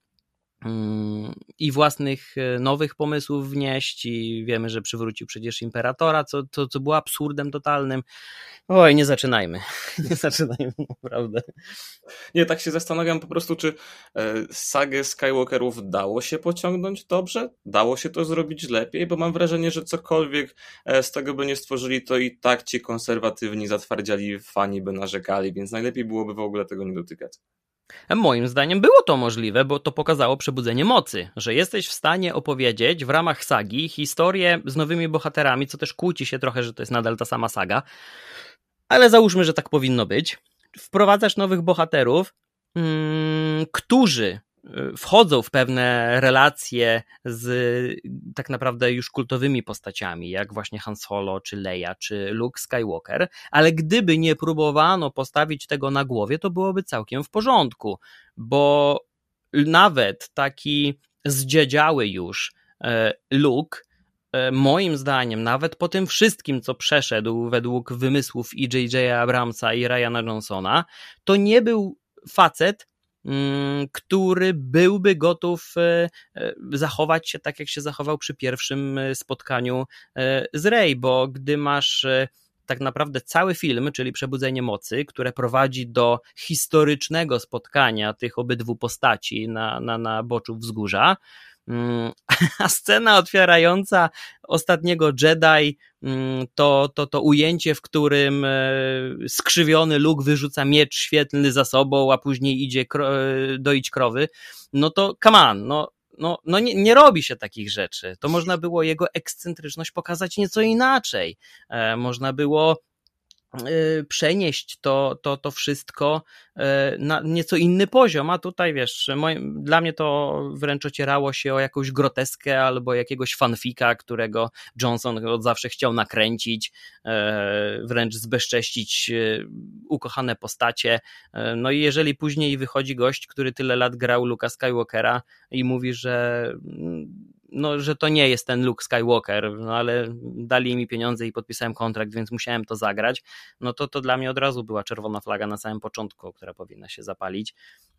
i własnych nowych pomysłów wnieść i wiemy, że przywrócił przecież Imperatora, co, co, co było absurdem totalnym. Oj, nie zaczynajmy. Nie zaczynajmy, naprawdę. Nie, tak się zastanawiam po prostu, czy sagę Skywalkerów dało się pociągnąć dobrze? Dało się to zrobić lepiej? Bo mam wrażenie, że cokolwiek z tego by nie stworzyli, to i tak ci konserwatywni, zatwardziali fani by narzekali, więc najlepiej byłoby w ogóle tego nie dotykać. Moim zdaniem było to możliwe, bo to pokazało przebudzenie mocy, że jesteś w stanie opowiedzieć w ramach sagi historię z nowymi bohaterami, co też kłóci się trochę, że to jest nadal ta sama saga, ale załóżmy, że tak powinno być. Wprowadzasz nowych bohaterów, hmm, którzy wchodzą w pewne relacje z tak naprawdę już kultowymi postaciami, jak właśnie Han Solo, czy Leia, czy Luke Skywalker, ale gdyby nie próbowano postawić tego na głowie, to byłoby całkiem w porządku, bo nawet taki zdziedziały już Luke, moim zdaniem, nawet po tym wszystkim, co przeszedł według wymysłów i J J Abramsa i Ryana Johnsona, to nie był facet, który byłby gotów zachować się tak, jak się zachował przy pierwszym spotkaniu z Rey, bo gdy masz tak naprawdę cały film, czyli Przebudzenie Mocy, które prowadzi do historycznego spotkania tych obydwu postaci na, na, na boczu wzgórza, a scena otwierająca Ostatniego Jedi to, to, to ujęcie, w którym skrzywiony Luke wyrzuca miecz świetlny za sobą, a później idzie kro, doić krowy, no to come on, no, no, no nie, nie robi się takich rzeczy. To można było jego ekscentryczność pokazać nieco inaczej. Można było przenieść to, to, to wszystko na nieco inny poziom, a tutaj wiesz, moim, dla mnie to wręcz ocierało się o jakąś groteskę albo jakiegoś fanfika, którego Johnson od zawsze chciał nakręcić, wręcz zbezcześcić ukochane postacie. No i jeżeli później wychodzi gość, który tyle lat grał Luke'a Skywalkera i mówi, że no, że to nie jest ten Luke Skywalker, no ale dali mi pieniądze i podpisałem kontrakt, więc musiałem to zagrać, no to to dla mnie od razu była czerwona flaga na samym początku, która powinna się zapalić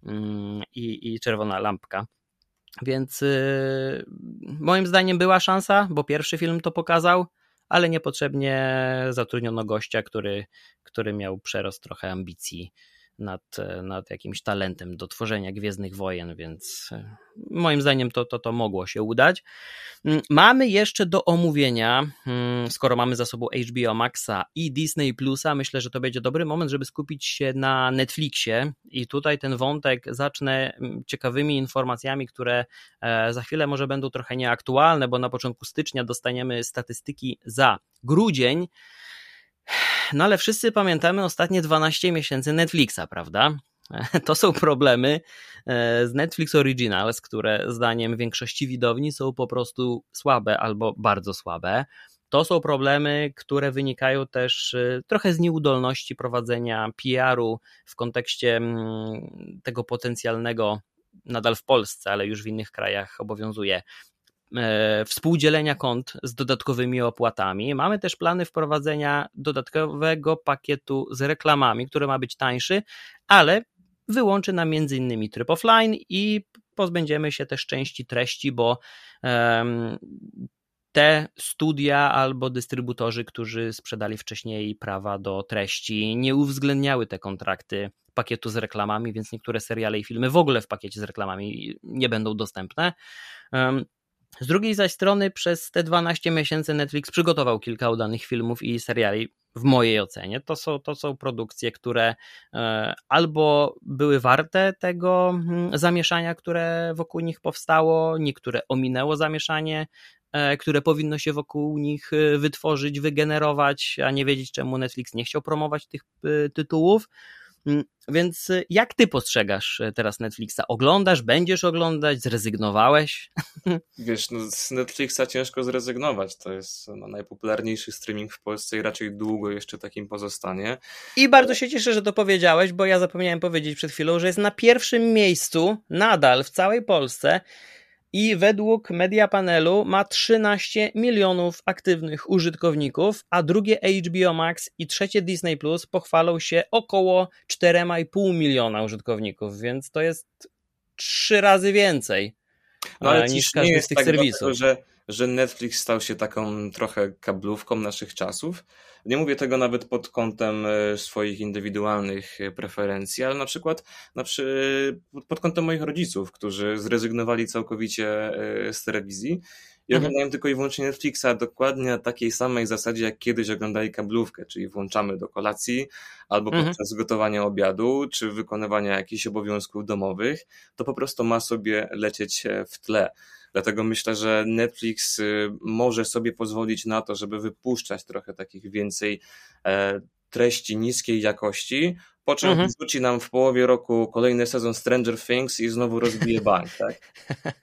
i, i czerwona lampka. Więc yy, moim zdaniem była szansa, bo pierwszy film to pokazał, ale niepotrzebnie zatrudniono gościa, który, który miał przerost trochę ambicji nad, nad jakimś talentem do tworzenia Gwiezdnych Wojen, więc moim zdaniem to, to, to mogło się udać. Mamy jeszcze do omówienia, skoro mamy za sobą H B O Maxa i Disney Plusa, myślę, że to będzie dobry moment, żeby skupić się na Netflixie i tutaj ten wątek zacznę ciekawymi informacjami, które za chwilę może będą trochę nieaktualne, bo na początku stycznia dostaniemy statystyki za grudzień. No ale wszyscy pamiętamy ostatnie dwanaście miesięcy Netflixa, prawda? To są problemy z Netflix Originals, które zdaniem większości widowni są po prostu słabe albo bardzo słabe. To są problemy, które wynikają też trochę z nieudolności prowadzenia P R-u w kontekście tego potencjalnego, nadal w Polsce, ale już w innych krajach obowiązuje, współdzielenia kont z dodatkowymi opłatami. Mamy też plany wprowadzenia dodatkowego pakietu z reklamami, który ma być tańszy, ale wyłączy nam między innymi tryb offline i pozbędziemy się też części treści, bo um, te studia albo dystrybutorzy, którzy sprzedali wcześniej prawa do treści, nie uwzględniały te kontrakty pakietu z reklamami, więc niektóre seriale i filmy w ogóle w pakiecie z reklamami nie będą dostępne. Um, Z drugiej zaś strony przez te dwanaście miesięcy Netflix przygotował kilka udanych filmów i seriali w mojej ocenie. To są, to są produkcje, które e, albo były warte tego m, zamieszania, które wokół nich powstało, niektóre ominęło zamieszanie, e, które powinno się wokół nich wytworzyć, wygenerować, a nie wiedzieć, czemu Netflix nie chciał promować tych e, tytułów. Więc jak ty postrzegasz teraz Netflixa? Oglądasz, będziesz oglądać, zrezygnowałeś? Wiesz, no z Netflixa ciężko zrezygnować. To jest no, najpopularniejszy streaming w Polsce i raczej długo jeszcze takim pozostanie. I bardzo się cieszę, że to powiedziałeś, bo ja zapomniałem powiedzieć przed chwilą, że jest na pierwszym miejscu nadal w całej Polsce i według Mediapanelu ma trzynaście milionów aktywnych użytkowników, a drugie H B O Max i trzecie Disney Plus pochwalą się około cztery i pół miliona użytkowników, więc to jest trzy razy więcej no, ale niż każdy nie z tych tak serwisów. Dlatego, że, że Netflix stał się taką trochę kablówką naszych czasów. Nie mówię tego nawet pod kątem swoich indywidualnych preferencji, ale na przykład na przy, pod kątem moich rodziców, którzy zrezygnowali całkowicie z telewizji i mhm. oglądają tylko i wyłącznie Netflixa, dokładnie na takiej samej zasadzie, jak kiedyś oglądali kablówkę, czyli włączamy do kolacji albo mhm. podczas gotowania obiadu, czy wykonywania jakichś obowiązków domowych, to po prostu ma sobie lecieć w tle. Dlatego myślę, że Netflix może sobie pozwolić na to, żeby wypuszczać trochę takich więcej treści niskiej jakości, po czym mhm. wrzuci nam w połowie roku kolejny sezon Stranger Things i znowu rozbije bank, tak?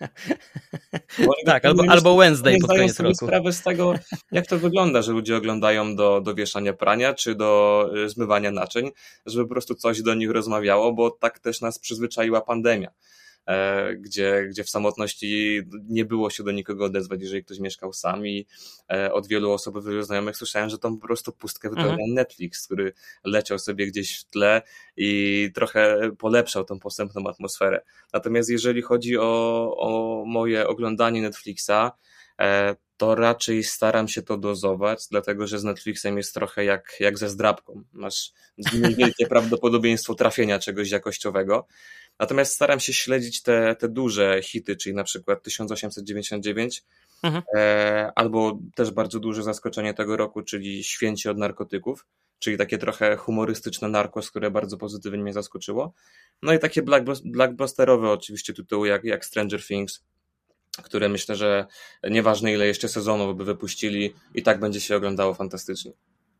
tak, albo, albo Wednesday pod koniec sobie roku. sprawę z tego, jak to wygląda, że ludzie oglądają do, do wieszania prania, czy do zmywania naczyń, żeby po prostu coś do nich rozmawiało, bo tak też nas przyzwyczaiła pandemia. Gdzie, gdzie w samotności nie było się do nikogo odezwać, jeżeli ktoś mieszkał sam i od wielu osób, wielu znajomych słyszałem, że tą po prostu pustkę wypełnia mhm. Netflix, który leciał sobie gdzieś w tle i trochę polepszał tą postępną atmosferę. Natomiast jeżeli chodzi o, o moje oglądanie Netflixa, to raczej staram się to dozować, dlatego że z Netflixem jest trochę jak, jak ze zdrabką. Masz niewielkie prawdopodobieństwo trafienia czegoś jakościowego. Natomiast staram się śledzić te, te duże hity, czyli na przykład tysiąc osiemset dziewięćdziesiąt dziewięć, mhm. e, albo też bardzo duże zaskoczenie tego roku, czyli Święci od narkotyków, czyli takie trochę humorystyczne Narcos, które bardzo pozytywnie mnie zaskoczyło. No i takie blockbusterowe oczywiście tytuły jak, jak Stranger Things, które myślę, że nieważne ile jeszcze sezonów by wypuścili, i tak będzie się oglądało fantastycznie.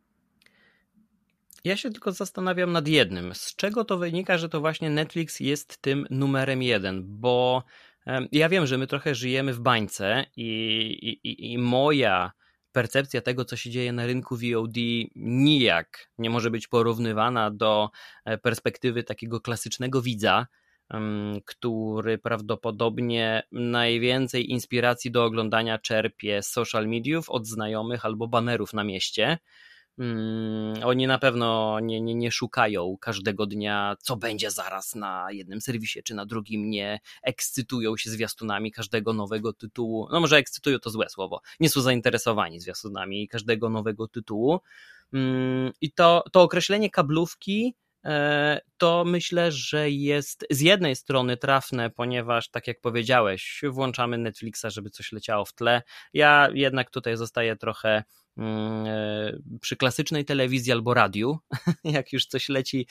Ja się tylko zastanawiam nad jednym. Z czego to wynika, że to właśnie Netflix jest tym numerem jeden? Bo ja wiem, że my trochę żyjemy w bańce i, i, i moja percepcja tego, co się dzieje na rynku V O D, nijak nie może być porównywana do perspektywy takiego klasycznego widza, który prawdopodobnie najwięcej inspiracji do oglądania czerpie z social mediów, od znajomych albo banerów na mieście. Hmm, oni na pewno nie, nie, nie szukają każdego dnia, co będzie zaraz na jednym serwisie czy na drugim, nie ekscytują się zwiastunami każdego nowego tytułu, no może ekscytują to złe słowo, nie są zainteresowani zwiastunami każdego nowego tytułu. Hmm, i to, to określenie kablówki to myślę, że jest z jednej strony trafne, ponieważ tak jak powiedziałeś, włączamy Netflixa, żeby coś leciało w tle. Ja jednak tutaj zostaję trochę przy klasycznej telewizji albo radiu. Jak już coś leci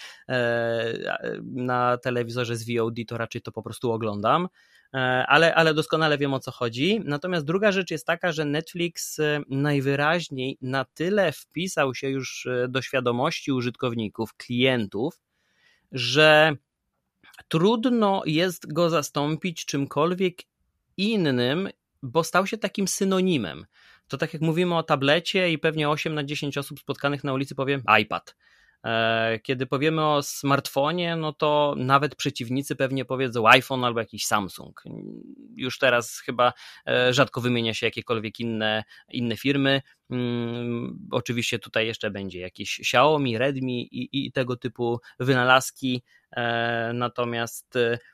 na telewizorze z V O D, to raczej to po prostu oglądam. Ale, ale doskonale wiem, o co chodzi. Natomiast druga rzecz jest taka, że Netflix najwyraźniej na tyle wpisał się już do świadomości użytkowników, klientów, że trudno jest go zastąpić czymkolwiek innym, bo stał się takim synonimem. To tak jak mówimy o tablecie i pewnie osiem na dziesięć osób spotkanych na ulicy powie iPad. Kiedy powiemy o smartfonie, no to nawet przeciwnicy pewnie powiedzą iPhone albo jakiś Samsung. Już teraz chyba rzadko wymienia się jakiekolwiek inne, inne firmy. Hmm, oczywiście tutaj jeszcze będzie jakieś Xiaomi, Redmi i, i tego typu wynalazki. E, natomiast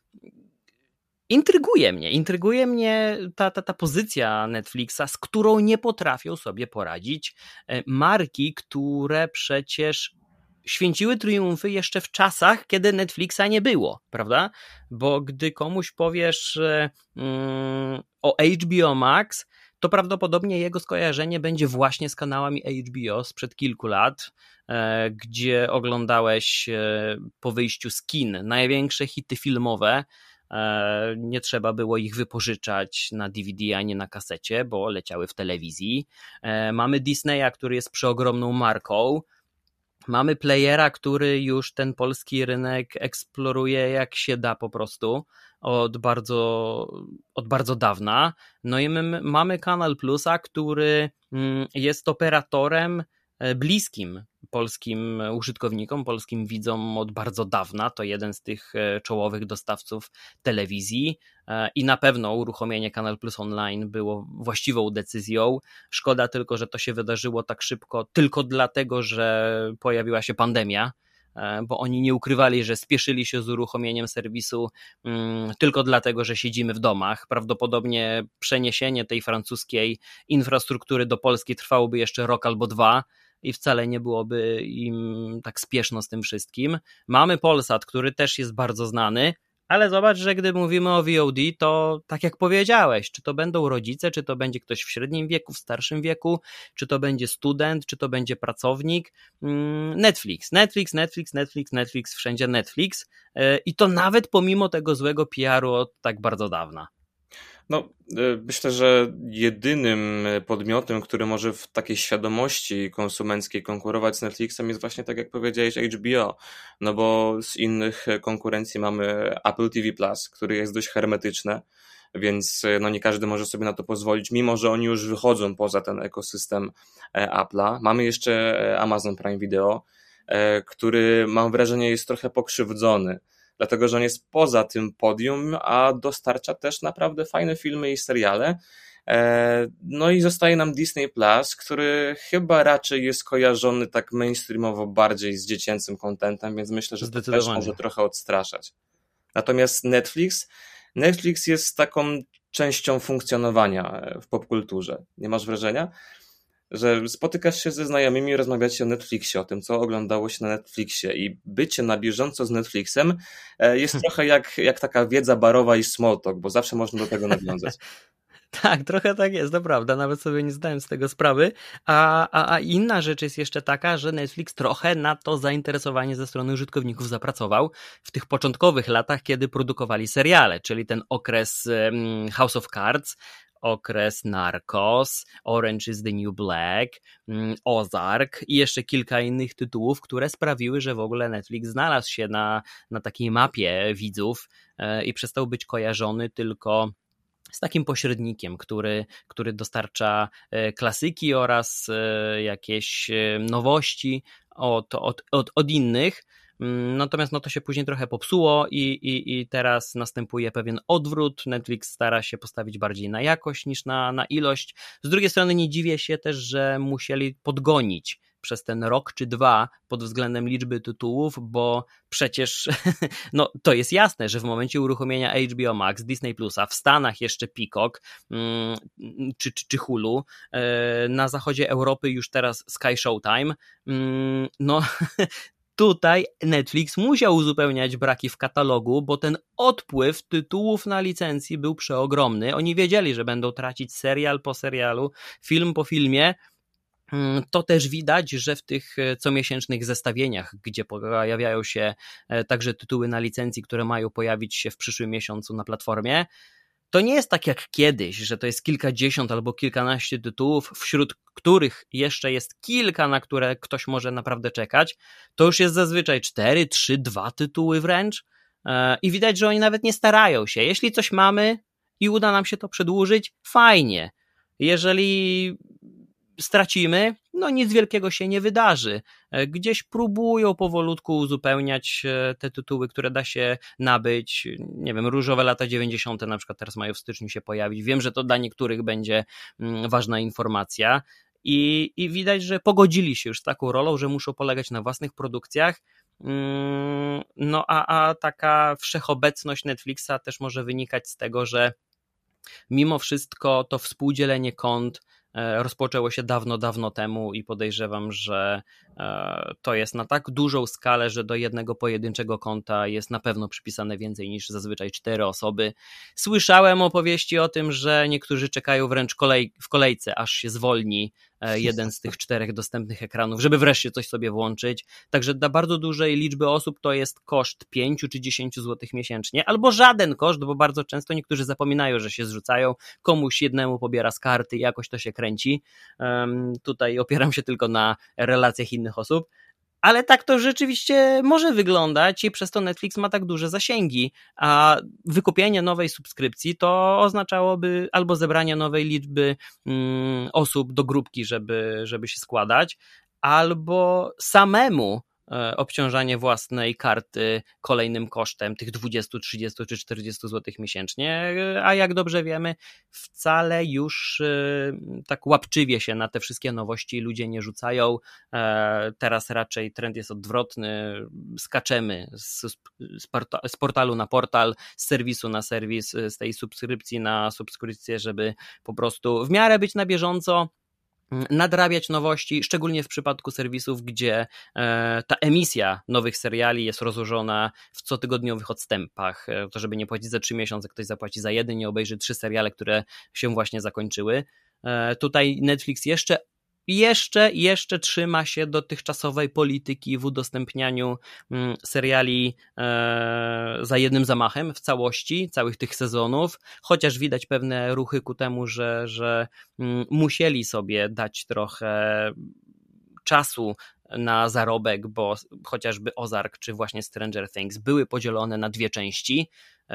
Intryguje mnie, intryguje mnie ta, ta, ta pozycja Netflixa, z którą nie potrafią sobie poradzić marki, które przecież święciły triumfy jeszcze w czasach, kiedy Netflixa nie było, prawda? Bo gdy komuś powiesz mm, o H B O Max, to prawdopodobnie jego skojarzenie będzie właśnie z kanałami H B O sprzed kilku lat, e, gdzie oglądałeś e, po wyjściu z kin największe hity filmowe. E, nie trzeba było ich wypożyczać na D V D ani na kasecie, bo leciały w telewizji. E, mamy Disneya, który jest przeogromną marką. Mamy playera, który już ten polski rynek eksploruje jak się da po prostu od bardzo, od bardzo dawna. No i my mamy Kanal Plusa, który jest operatorem bliskim polskim użytkownikom, polskim widzom od bardzo dawna. To jeden z tych czołowych dostawców telewizji i na pewno uruchomienie Kanal Plus Online było właściwą decyzją. Szkoda tylko, że to się wydarzyło tak szybko, tylko dlatego, że pojawiła się pandemia, bo oni nie ukrywali, że spieszyli się z uruchomieniem serwisu um, tylko dlatego, że siedzimy w domach. Prawdopodobnie przeniesienie tej francuskiej infrastruktury do Polski trwałoby jeszcze rok albo dwa i wcale nie byłoby im tak spieszno z tym wszystkim. Mamy Polsat, który też jest bardzo znany, Ale zobacz, że gdy mówimy o V O D, to tak jak powiedziałeś, czy to będą rodzice, czy to będzie ktoś w średnim wieku, w starszym wieku, czy to będzie student, czy to będzie pracownik, Netflix, Netflix, Netflix, Netflix, Netflix, wszędzie Netflix i to nawet pomimo tego złego P R u od tak bardzo dawna. No, myślę, że jedynym podmiotem, który może w takiej świadomości konsumenckiej konkurować z Netflixem jest właśnie, tak jak powiedziałeś, H B O, no bo z innych konkurencji mamy Apple T V Plus, który jest dość hermetyczne, więc no nie każdy może sobie na to pozwolić, mimo że oni już wychodzą poza ten ekosystem Apple'a. Mamy jeszcze Amazon Prime Video, który mam wrażenie jest trochę pokrzywdzony, dlatego że on jest poza tym podium, a dostarcza też naprawdę fajne filmy i seriale. No i zostaje nam Disney Plus, który chyba raczej jest kojarzony tak mainstreamowo bardziej z dziecięcym contentem, więc myślę, że to też może trochę odstraszać. Natomiast Netflix, Netflix jest taką częścią funkcjonowania w popkulturze. Nie masz wrażenia? Że spotykasz się ze znajomymi i rozmawiacie o Netflixie, o tym, co oglądało się na Netflixie i bycie na bieżąco z Netflixem jest trochę jak, jak taka wiedza barowa i small talk, bo zawsze można do tego nawiązać. Tak, trochę tak jest, to prawda, nawet sobie nie zdałem z tego sprawy, a, a, a inna rzecz jest jeszcze taka, że Netflix trochę na to zainteresowanie ze strony użytkowników zapracował w tych początkowych latach, kiedy produkowali seriale, czyli ten okres um, House of Cards, okres Narcos, Orange is the New Black, Ozark i jeszcze kilka innych tytułów, które sprawiły, że w ogóle Netflix znalazł się na, na takiej mapie widzów i przestał być kojarzony tylko z takim pośrednikiem, który, który dostarcza klasyki oraz jakieś nowości od, od, od, od innych. Natomiast no to się później trochę popsuło i, i, i teraz następuje pewien odwrót. Netflix stara się postawić bardziej na jakość niż na, na ilość. Z drugiej strony nie dziwię się też, że musieli podgonić przez ten rok czy dwa pod względem liczby tytułów, bo przecież no, to jest jasne, że w momencie uruchomienia H B O Max, Disney Plusa, w Stanach jeszcze Peacock mm, czy, czy, czy Hulu, yy, na zachodzie Europy już teraz Sky Showtime, yy, no tutaj Netflix musiał uzupełniać braki w katalogu, bo ten odpływ tytułów na licencji był przeogromny. Oni wiedzieli, że będą tracić serial po serialu, film po filmie. To też widać, że w tych comiesięcznych zestawieniach, gdzie pojawiają się także tytuły na licencji, które mają pojawić się w przyszłym miesiącu na platformie, to nie jest tak jak kiedyś, że to jest kilkadziesiąt albo kilkanaście tytułów, wśród których jeszcze jest kilka, na które ktoś może naprawdę czekać. To już jest zazwyczaj cztery, trzy, dwa tytuły wręcz i widać, że oni nawet nie starają się. Jeśli coś mamy i uda nam się to przedłużyć, fajnie. Jeżeli stracimy, no nic wielkiego się nie wydarzy. Gdzieś próbują powolutku uzupełniać te tytuły, które da się nabyć. Nie wiem, różowe lata dziewięćdziesiąte na przykład teraz mają w styczniu się pojawić. Wiem, że to dla niektórych będzie ważna informacja i, i widać, że pogodzili się już z taką rolą, że muszą polegać na własnych produkcjach. No a, a taka wszechobecność Netflixa też może wynikać z tego, że mimo wszystko to współdzielenie kont rozpoczęło się dawno, dawno temu i podejrzewam, że to jest na tak dużą skalę, że do jednego pojedynczego konta jest na pewno przypisane więcej niż zazwyczaj cztery osoby. Słyszałem opowieści o tym, że niektórzy czekają wręcz kolej, w kolejce, aż się zwolni jeden z tych czterech dostępnych ekranów, żeby wreszcie coś sobie włączyć. Także dla bardzo dużej liczby osób to jest koszt pięć czy dziesięć złotych miesięcznie, albo żaden koszt, bo bardzo często niektórzy zapominają, że się zrzucają, komuś jednemu pobiera z karty i jakoś to się kręci. Um, tutaj opieram się tylko na relacjach innych osób. Ale tak to rzeczywiście może wyglądać i przez to Netflix ma tak duże zasięgi, a wykupienie nowej subskrypcji to oznaczałoby albo zebranie nowej liczby mm, osób do grupki, żeby, żeby się składać, albo samemu e, obciążanie własnej karty kolejnym kosztem tych dwadzieścia, trzydzieści czy czterdzieści złotych miesięcznie, a jak dobrze wiemy, wcale już e, tak łapczywie się na te wszystkie nowości ludzie nie rzucają. E, teraz raczej trend jest odwrotny, skaczemy z, z, porta, z portalu na portal, z serwisu na serwis, z tej subskrypcji na subskrypcję, żeby po prostu w miarę być na bieżąco. nadrabiać nowości, szczególnie w przypadku serwisów, gdzie e, ta emisja nowych seriali jest rozłożona w cotygodniowych odstępach, e, to żeby nie płacić za trzy miesiące, ktoś zapłaci za jeden, nie obejrzy trzy seriale, które się właśnie zakończyły. E, tutaj Netflix jeszcze Jeszcze, jeszcze trzyma się dotychczasowej polityki w udostępnianiu mm, seriali e, za jednym zamachem w całości, całych tych sezonów, chociaż widać pewne ruchy ku temu, że, że mm, musieli sobie dać trochę czasu na zarobek, bo chociażby Ozark czy właśnie Stranger Things były podzielone na dwie części,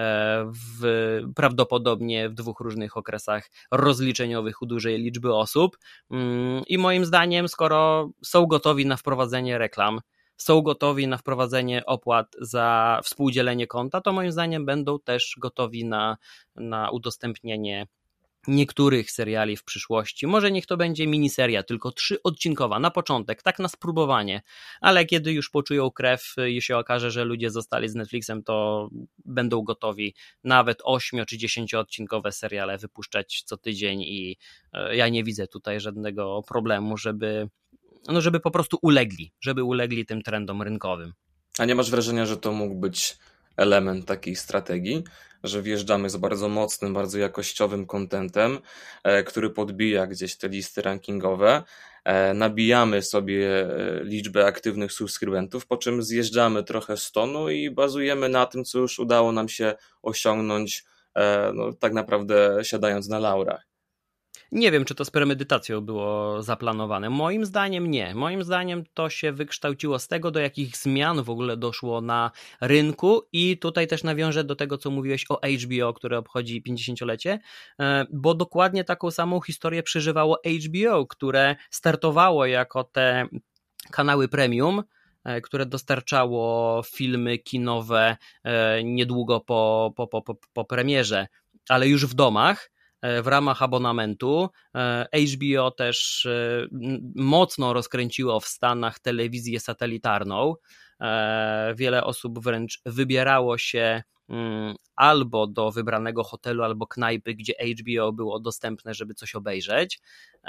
w, prawdopodobnie w dwóch różnych okresach rozliczeniowych u dużej liczby osób i moim zdaniem, skoro są gotowi na wprowadzenie reklam, są gotowi na wprowadzenie opłat za współdzielenie konta, to moim zdaniem będą też gotowi na, na udostępnienie niektórych seriali w przyszłości. Może niech to będzie miniseria, tylko trzyodcinkowa na początek, tak na spróbowanie, ale kiedy już poczują krew i się okaże, że ludzie zostali z Netflixem, to będą gotowi nawet ośmiu czy dziesięcioodcinkowe seriale wypuszczać co tydzień i ja nie widzę tutaj żadnego problemu, żeby, no żeby po prostu ulegli, żeby ulegli tym trendom rynkowym. A nie masz wrażenia, że to mógł być element takiej strategii, że wjeżdżamy z bardzo mocnym, bardzo jakościowym contentem, który podbija gdzieś te listy rankingowe, nabijamy sobie liczbę aktywnych subskrybentów, po czym zjeżdżamy trochę z tonu i bazujemy na tym, co już udało nam się osiągnąć, no, tak naprawdę siadając na laurach. Nie wiem, czy to z premedytacją było zaplanowane. Moim zdaniem nie. Moim zdaniem to się wykształciło z tego, do jakich zmian w ogóle doszło na rynku i tutaj też nawiążę do tego, co mówiłeś o H B O, które obchodzi pięćdziesięciolecie, bo dokładnie taką samą historię przeżywało H B O, które startowało jako te kanały premium, które dostarczało filmy kinowe niedługo po, po, po, po premierze, ale już w domach, w ramach abonamentu. H B O też mocno rozkręciło w Stanach telewizję satelitarną. Wiele osób wręcz wybierało się albo do wybranego hotelu, albo knajpy, gdzie H B O było dostępne, żeby coś obejrzeć.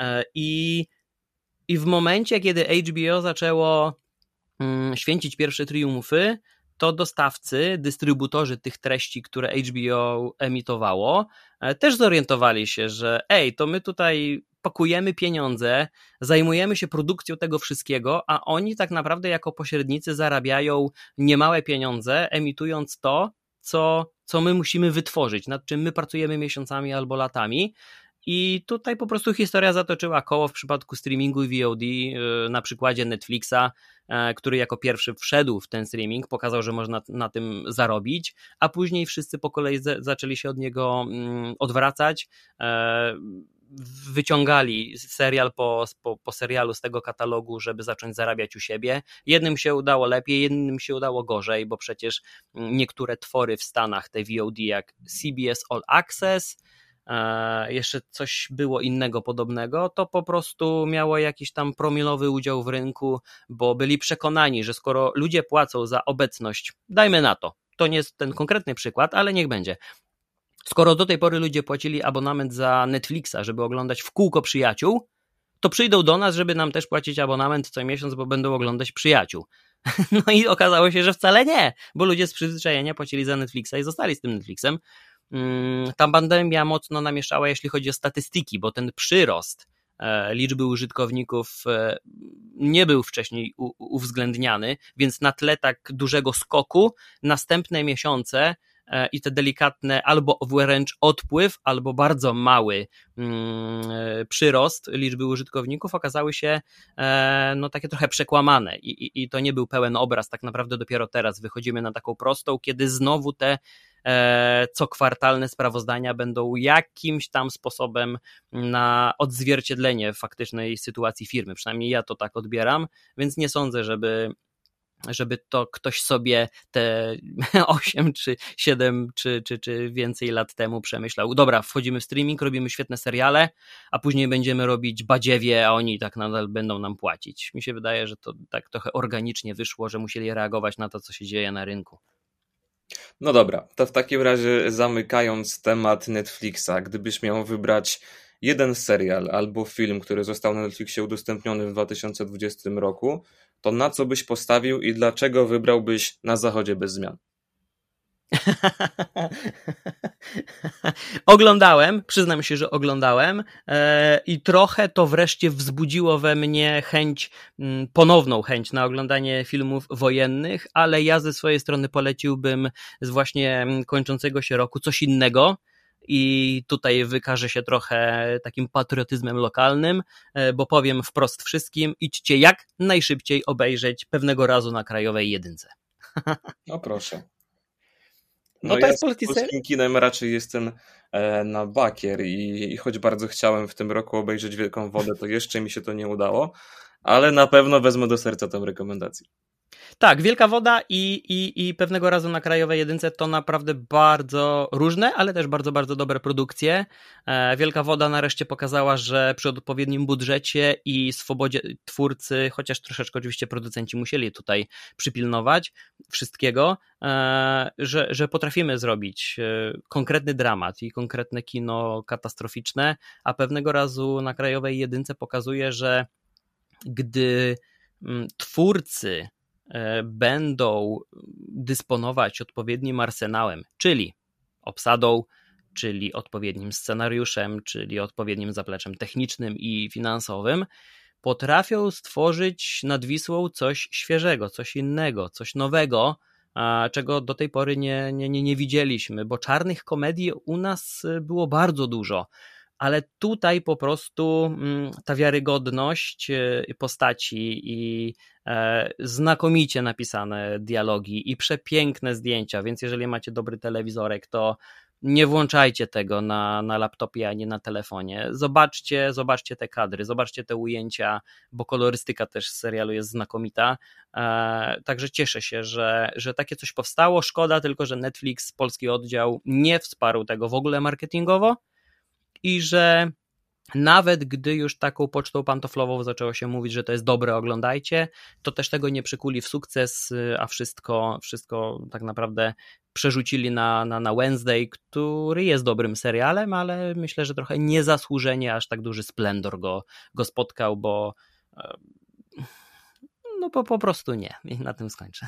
I, i w momencie, kiedy H B O zaczęło święcić pierwsze triumfy, to dostawcy, dystrybutorzy tych treści, które H B O emitowało, też zorientowali się, że ej, to my tutaj pakujemy pieniądze, zajmujemy się produkcją tego wszystkiego, a oni tak naprawdę jako pośrednicy zarabiają niemałe pieniądze, emitując to, co, co my musimy wytworzyć, nad czym my pracujemy miesiącami albo latami. I tutaj po prostu historia zatoczyła koło w przypadku streamingu i V O D na przykładzie Netflixa, który jako pierwszy wszedł w ten streaming, pokazał, że można na tym zarobić, a później wszyscy po kolei zaczęli się od niego odwracać, wyciągali serial po, po, po serialu z tego katalogu, żeby zacząć zarabiać u siebie. Jednym się udało lepiej, jednym się udało gorzej, bo przecież niektóre twory w Stanach, te V O D jak C B S All Access, jeszcze coś było innego podobnego, to po prostu miało jakiś tam promilowy udział w rynku, bo byli przekonani, że skoro ludzie płacą za obecność, dajmy na to, to nie jest ten konkretny przykład, ale niech będzie. Skoro do tej pory ludzie płacili abonament za Netflixa, żeby oglądać w kółko Przyjaciół, to przyjdą do nas, żeby nam też płacić abonament co miesiąc, bo będą oglądać Przyjaciół. No i okazało się, że wcale nie, bo ludzie z przyzwyczajenia płacili za Netflixa i zostali z tym Netflixem. Ta pandemia mocno namieszała, jeśli chodzi o statystyki, bo ten przyrost liczby użytkowników nie był wcześniej uwzględniany, więc na tle tak dużego skoku następne miesiące i te delikatne albo wręcz odpływ, albo bardzo mały przyrost liczby użytkowników okazały się no takie trochę przekłamane i, i, i to nie był pełen obraz. Tak naprawdę dopiero teraz wychodzimy na taką prostą, kiedy znowu te cokwartalne sprawozdania będą jakimś tam sposobem na odzwierciedlenie faktycznej sytuacji firmy. Przynajmniej ja to tak odbieram, więc nie sądzę, żeby żeby to ktoś sobie te osiem czy siedem czy, czy, czy więcej lat temu przemyślał. Dobra, wchodzimy w streaming, robimy świetne seriale, a później będziemy robić badziewie, a oni tak nadal będą nam płacić. Mi się wydaje, że to tak trochę organicznie wyszło, że musieli reagować na to, co się dzieje na rynku. No dobra, to w takim razie zamykając temat Netflixa, gdybyś miał wybrać jeden serial albo film, który został na Netflixie udostępniony w dwa tysiące dwudziestym roku, to na co byś postawił i dlaczego wybrałbyś Na zachodzie bez zmian? Oglądałem, przyznam się, że oglądałem e, i trochę to wreszcie wzbudziło we mnie chęć, m, ponowną chęć na oglądanie filmów wojennych, ale ja ze swojej strony poleciłbym z właśnie kończącego się roku coś innego. I tutaj wykażę się trochę takim patriotyzmem lokalnym, e, bo powiem wprost wszystkim, idźcie jak najszybciej obejrzeć Pewnego razu na Krajowej Jedynce. No proszę. No, No to ja jest z polski serial. polskim kinem raczej jestem e, na bakier i, i choć bardzo chciałem w tym roku obejrzeć Wielką Wodę, to jeszcze mi się to nie udało, ale na pewno wezmę do serca tę rekomendację. Tak, Wielka Woda i, i, i Pewnego razu na Krajowej Jedynce to naprawdę bardzo różne, ale też bardzo, bardzo dobre produkcje. E, Wielka Woda nareszcie pokazała, że przy odpowiednim budżecie i swobodzie twórcy, chociaż troszeczkę oczywiście producenci musieli tutaj przypilnować wszystkiego, e, że, że potrafimy zrobić e, konkretny dramat i konkretne kino katastroficzne, a Pewnego razu na Krajowej Jedynce pokazuje, że gdy mm, twórcy będą dysponować odpowiednim arsenałem, czyli obsadą, czyli odpowiednim scenariuszem, czyli odpowiednim zapleczem technicznym i finansowym, potrafią stworzyć nad Wisłą coś świeżego, coś innego, coś nowego, czego do tej pory nie, nie, nie, nie widzieliśmy, bo czarnych komedii u nas było bardzo dużo. Ale tutaj po prostu ta wiarygodność postaci i znakomicie napisane dialogi i przepiękne zdjęcia, więc jeżeli macie dobry telewizorek, to nie włączajcie tego na, na laptopie ani na telefonie. Zobaczcie, zobaczcie te kadry, zobaczcie te ujęcia, bo kolorystyka też z serialu jest znakomita. Także cieszę się, że, że takie coś powstało. Szkoda tylko, że Netflix, polski oddział, nie wsparł tego w ogóle marketingowo. I że nawet gdy już taką pocztą pantoflową zaczęło się mówić, że to jest dobre, oglądajcie, to też tego nie przykuli w sukces, a wszystko, wszystko tak naprawdę przerzucili na, na, na Wednesday, który jest dobrym serialem, ale myślę, że trochę niezasłużenie aż tak duży splendor go, go spotkał, bo no po, po prostu nie. I na tym skończę.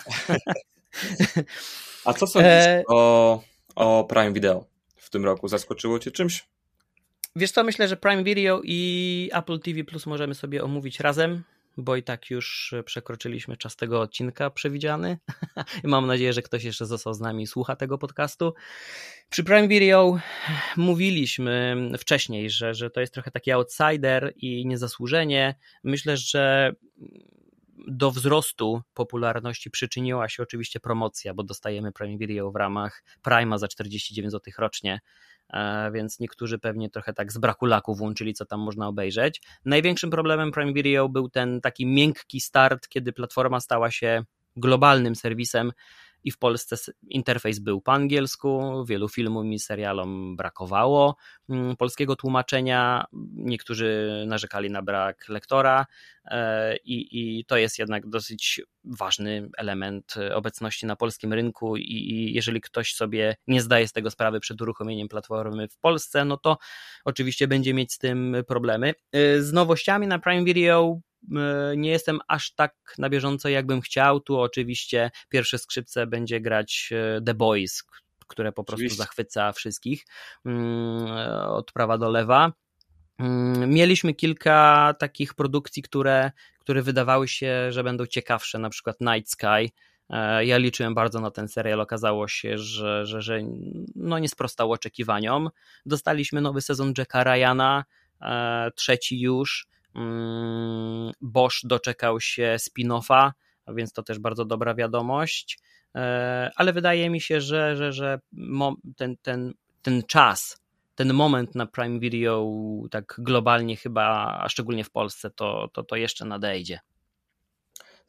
A co sądzisz o, o Prime Video w tym roku? Zaskoczyło cię czymś? Wiesz co, myślę, że Prime Video i Apple T V Plus możemy sobie omówić razem, bo i tak już przekroczyliśmy czas tego odcinka przewidziany. I mam nadzieję, że ktoś jeszcze został z nami i słucha tego podcastu. Przy Prime Video mówiliśmy wcześniej, że, że to jest trochę taki outsider i niezasłużenie. Myślę, że do wzrostu popularności przyczyniła się oczywiście promocja, bo dostajemy Prime Video w ramach Prime'a za czterdzieści dziewięć złotych rocznie, więc niektórzy pewnie trochę tak z braku laku włączyli, co tam można obejrzeć. Największym problemem Prime Video był ten taki miękki start, kiedy platforma stała się globalnym serwisem i w Polsce interfejs był po angielsku, wielu filmom i serialom brakowało polskiego tłumaczenia, niektórzy narzekali na brak lektora i, i to jest jednak dosyć ważny element obecności na polskim rynku i, i jeżeli ktoś sobie nie zdaje z tego sprawy przed uruchomieniem platformy w Polsce, no to oczywiście będzie mieć z tym problemy. Z nowościami na Prime Video nie jestem aż tak na bieżąco, jakbym chciał. Tu oczywiście pierwsze skrzypce będzie grać The Boys, które po prostu oczywiście zachwyca wszystkich od prawa do lewa. Mieliśmy kilka takich produkcji, które, które wydawały się, że będą ciekawsze, na przykład Night Sky. Ja liczyłem bardzo na ten serial, okazało się, że, że, że no nie sprostał oczekiwaniom. Dostaliśmy nowy sezon Jacka Ryana, trzeci już. Bosch doczekał się spin-offa, więc to też bardzo dobra wiadomość, ale wydaje mi się, że, że, że ten, ten, ten czas, ten moment na Prime Video tak globalnie chyba, a szczególnie w Polsce, to, to, to jeszcze nadejdzie.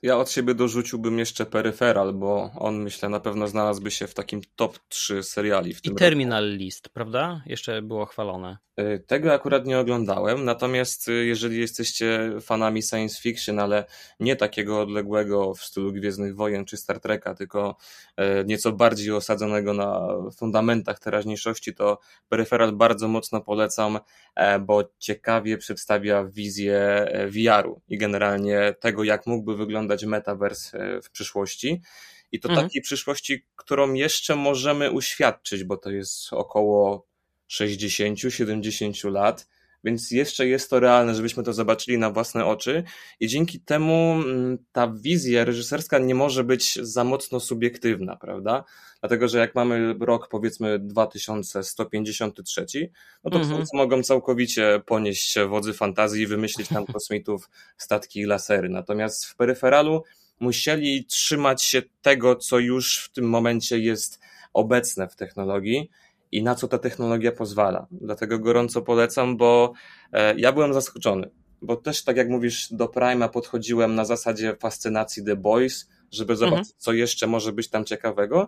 Ja od siebie dorzuciłbym jeszcze Peryferal, bo on, myślę, na pewno znalazłby się w takim top trzy seriali w I tym roku. Terminal List, prawda? Jeszcze było chwalone. Y, Tego akurat nie oglądałem, natomiast y, jeżeli jesteście fanami science fiction, ale nie takiego odległego w stylu Gwiezdnych Wojen czy Star Treka, tylko y, nieco bardziej osadzonego na fundamentach teraźniejszości, to Peryferal bardzo mocno polecam, e, bo ciekawie przedstawia wizję e, V R-u i generalnie tego, jak mógłby wyglądać metaverse e, w przyszłości. I to Mhm. takiej przyszłości, którą jeszcze możemy uświadczyć, bo to jest około sześćdziesiąt siedemdziesiąt lat, więc jeszcze jest to realne, żebyśmy to zobaczyli na własne oczy i dzięki temu mm, ta wizja reżyserska nie może być za mocno subiektywna, prawda? Dlatego, że jak mamy rok, powiedzmy dwa tysiące sto pięćdziesiąty trzeci, no to Mhm. twórcy mogą całkowicie ponieść wodzy fantazji i wymyślić tam kosmitów, statki i lasery. Natomiast w Peryferalu musieli trzymać się tego, co już w tym momencie jest obecne w technologii i na co ta technologia pozwala. Dlatego gorąco polecam, bo e, ja byłem zaskoczony, bo też tak jak mówisz, do Prime'a podchodziłem na zasadzie fascynacji The Boys, żeby Mhm. zobaczyć, co jeszcze może być tam ciekawego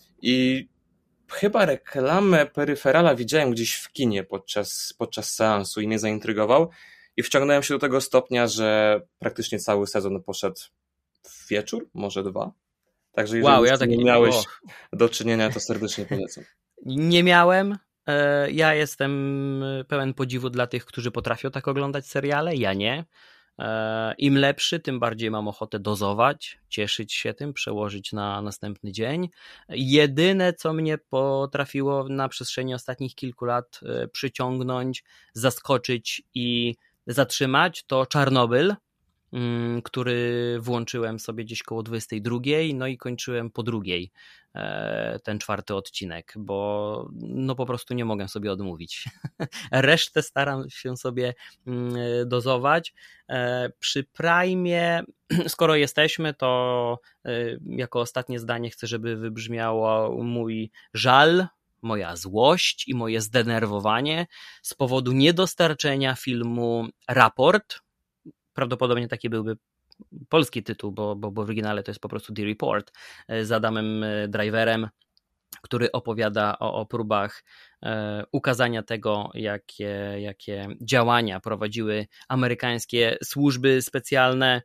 i chyba reklamę Peryferala widziałem gdzieś w kinie podczas, podczas seansu i mnie zaintrygował i wciągnąłem się do tego stopnia, że praktycznie cały sezon poszedł w wieczór, może dwa. Także jeżeli Wow, ja jeszcze nie taki. miałeś Och. do czynienia, to serdecznie polecam. Nie miałem. E, Ja jestem pełen podziwu dla tych, którzy potrafią tak oglądać seriale. Ja nie. E, Im lepszy, tym bardziej mam ochotę dozować, cieszyć się tym, przełożyć na następny dzień. Jedyne, co mnie potrafiło na przestrzeni ostatnich kilku lat e, przyciągnąć, zaskoczyć i zatrzymać, to Czarnobyl, mm, który włączyłem sobie gdzieś koło dwudziestej drugiej, no i kończyłem po drugiej e, ten czwarty odcinek, bo no po prostu nie mogę sobie odmówić. Resztę staram się sobie mm, dozować. E, Przy Prime'ie, skoro jesteśmy, to e, jako ostatnie zdanie chcę, żeby wybrzmiało mój żal, moja złość i moje zdenerwowanie z powodu niedostarczenia filmu Raport. Prawdopodobnie taki byłby polski tytuł, bo, bo, bo w oryginale to jest po prostu The Report z Adamem Driverem, który opowiada o, o próbach e, ukazania tego, jakie, jakie działania prowadziły amerykańskie służby specjalne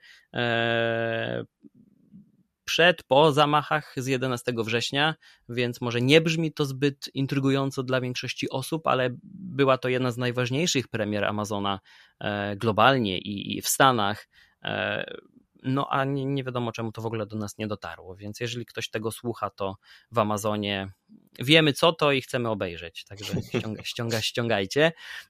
e, przed, po zamachach z jedenastego września, więc może nie brzmi to zbyt intrygująco dla większości osób, ale była to jedna z najważniejszych premier Amazona e, globalnie i, i w Stanach. E, No a nie, nie wiadomo, czemu to w ogóle do nas nie dotarło, więc jeżeli ktoś tego słucha, to w Amazonie wiemy co to i chcemy obejrzeć, także ściąga, ściąga, ściągajcie.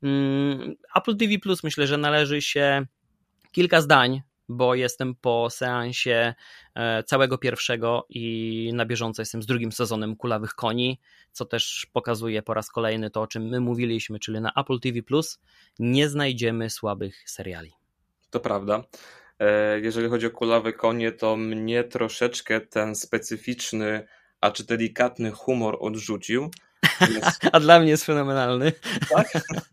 Apple T V Plus myślę, że należy się kilka zdań, bo jestem po seansie całego pierwszego i na bieżąco jestem z drugim sezonem Kulawych Koni, co też pokazuje po raz kolejny to, o czym my mówiliśmy, czyli na Apple T V Plus nie znajdziemy słabych seriali. To prawda. Jeżeli chodzi o Kulawe Konie, to mnie troszeczkę ten specyficzny, a czy delikatny humor odrzucił. Jest... A dla mnie jest fenomenalny. Tak?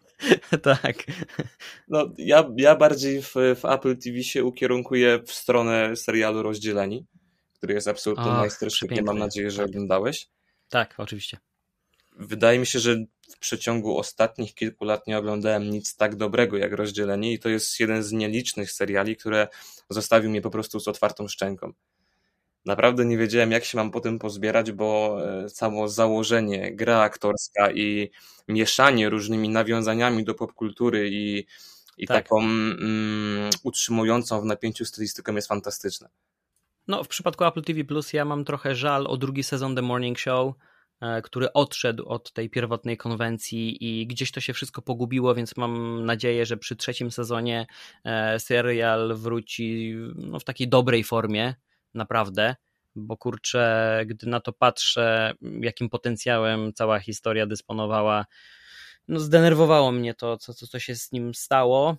Tak. No, ja, ja bardziej w, w Apple T V się ukierunkuję w stronę serialu Rozdzieleni, który jest absolutnym majstersztykiem. Mam nadzieję, że tak. Oglądałeś. Tak, oczywiście. Wydaje mi się, że w przeciągu ostatnich kilku lat nie oglądałem nic tak dobrego jak Rozdzieleni i to jest jeden z nielicznych seriali, które zostawił mnie po prostu z otwartą szczęką. Naprawdę nie wiedziałem, jak się mam po tym pozbierać, bo samo założenie, gra aktorska i mieszanie różnymi nawiązaniami do popkultury i, i tak. taką mm, utrzymującą w napięciu stylistyką jest fantastyczne. No, w przypadku Apple T V Plus ja mam trochę żal o drugi sezon The Morning Show, który odszedł od tej pierwotnej konwencji i gdzieś to się wszystko pogubiło, więc mam nadzieję, że przy trzecim sezonie serial wróci no, w takiej dobrej formie, naprawdę, bo kurczę, gdy na to patrzę, jakim potencjałem cała historia dysponowała, no zdenerwowało mnie to, co, co, co się z nim stało.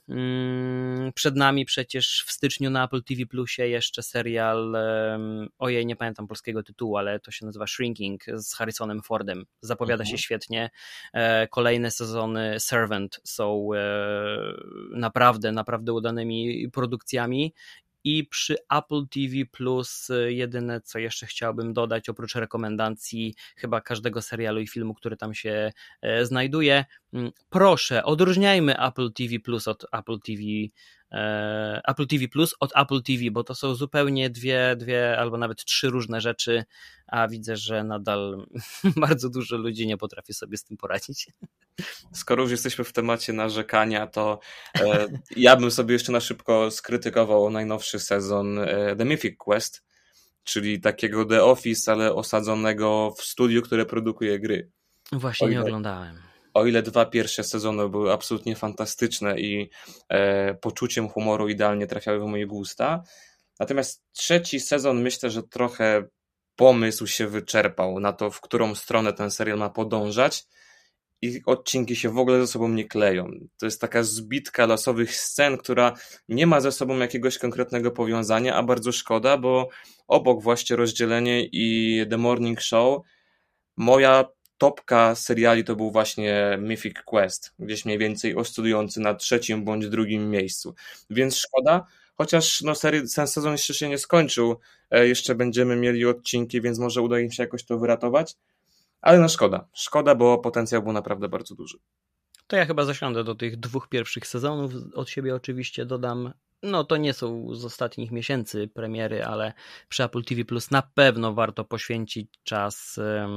Przed nami przecież w styczniu na Apple T V Plusie jeszcze serial, ojej, nie pamiętam polskiego tytułu, ale to się nazywa Shrinking z Harrisonem Fordem. Zapowiada mhm. się świetnie. Kolejne sezony Servant są naprawdę, naprawdę udanymi produkcjami. I przy Apple T V Plus jedyne, co jeszcze chciałbym dodać, oprócz rekomendacji chyba każdego serialu i filmu, który tam się znajduje, proszę, odróżniajmy Apple T V Plus od Apple T V Apple T V Plus od Apple T V, bo to są zupełnie dwie, dwie albo nawet trzy różne rzeczy, a widzę, że nadal bardzo dużo ludzi nie potrafi sobie z tym poradzić. Skoro już jesteśmy w temacie narzekania, to e, ja bym sobie jeszcze na szybko skrytykował najnowszy sezon e, The Mythic Quest, czyli takiego The Office, ale osadzonego w studiu, które produkuje gry. Właśnie ile... nie oglądałem. O ile dwa pierwsze sezony były absolutnie fantastyczne i e, poczuciem humoru idealnie trafiały w moje gusta, natomiast trzeci sezon myślę, że trochę pomysł się wyczerpał na to, w którą stronę ten serial ma podążać i odcinki się w ogóle ze sobą nie kleją. To jest taka zbitka losowych scen, która nie ma ze sobą jakiegoś konkretnego powiązania, a bardzo szkoda, bo obok właśnie Rozdzielenie i The Morning Show moja topka seriali to był właśnie Mythic Quest, gdzieś mniej więcej oscylujący na trzecim bądź drugim miejscu. Więc szkoda, chociaż no, serii, ten sezon jeszcze się nie skończył, e, jeszcze będziemy mieli odcinki, więc może uda im się jakoś to wyratować, ale no szkoda. Szkoda, bo potencjał był naprawdę bardzo duży. To ja chyba zasiądę do tych dwóch pierwszych sezonów, od siebie oczywiście dodam, no to nie są z ostatnich miesięcy premiery, ale przy Apple T V Plus na pewno warto poświęcić czas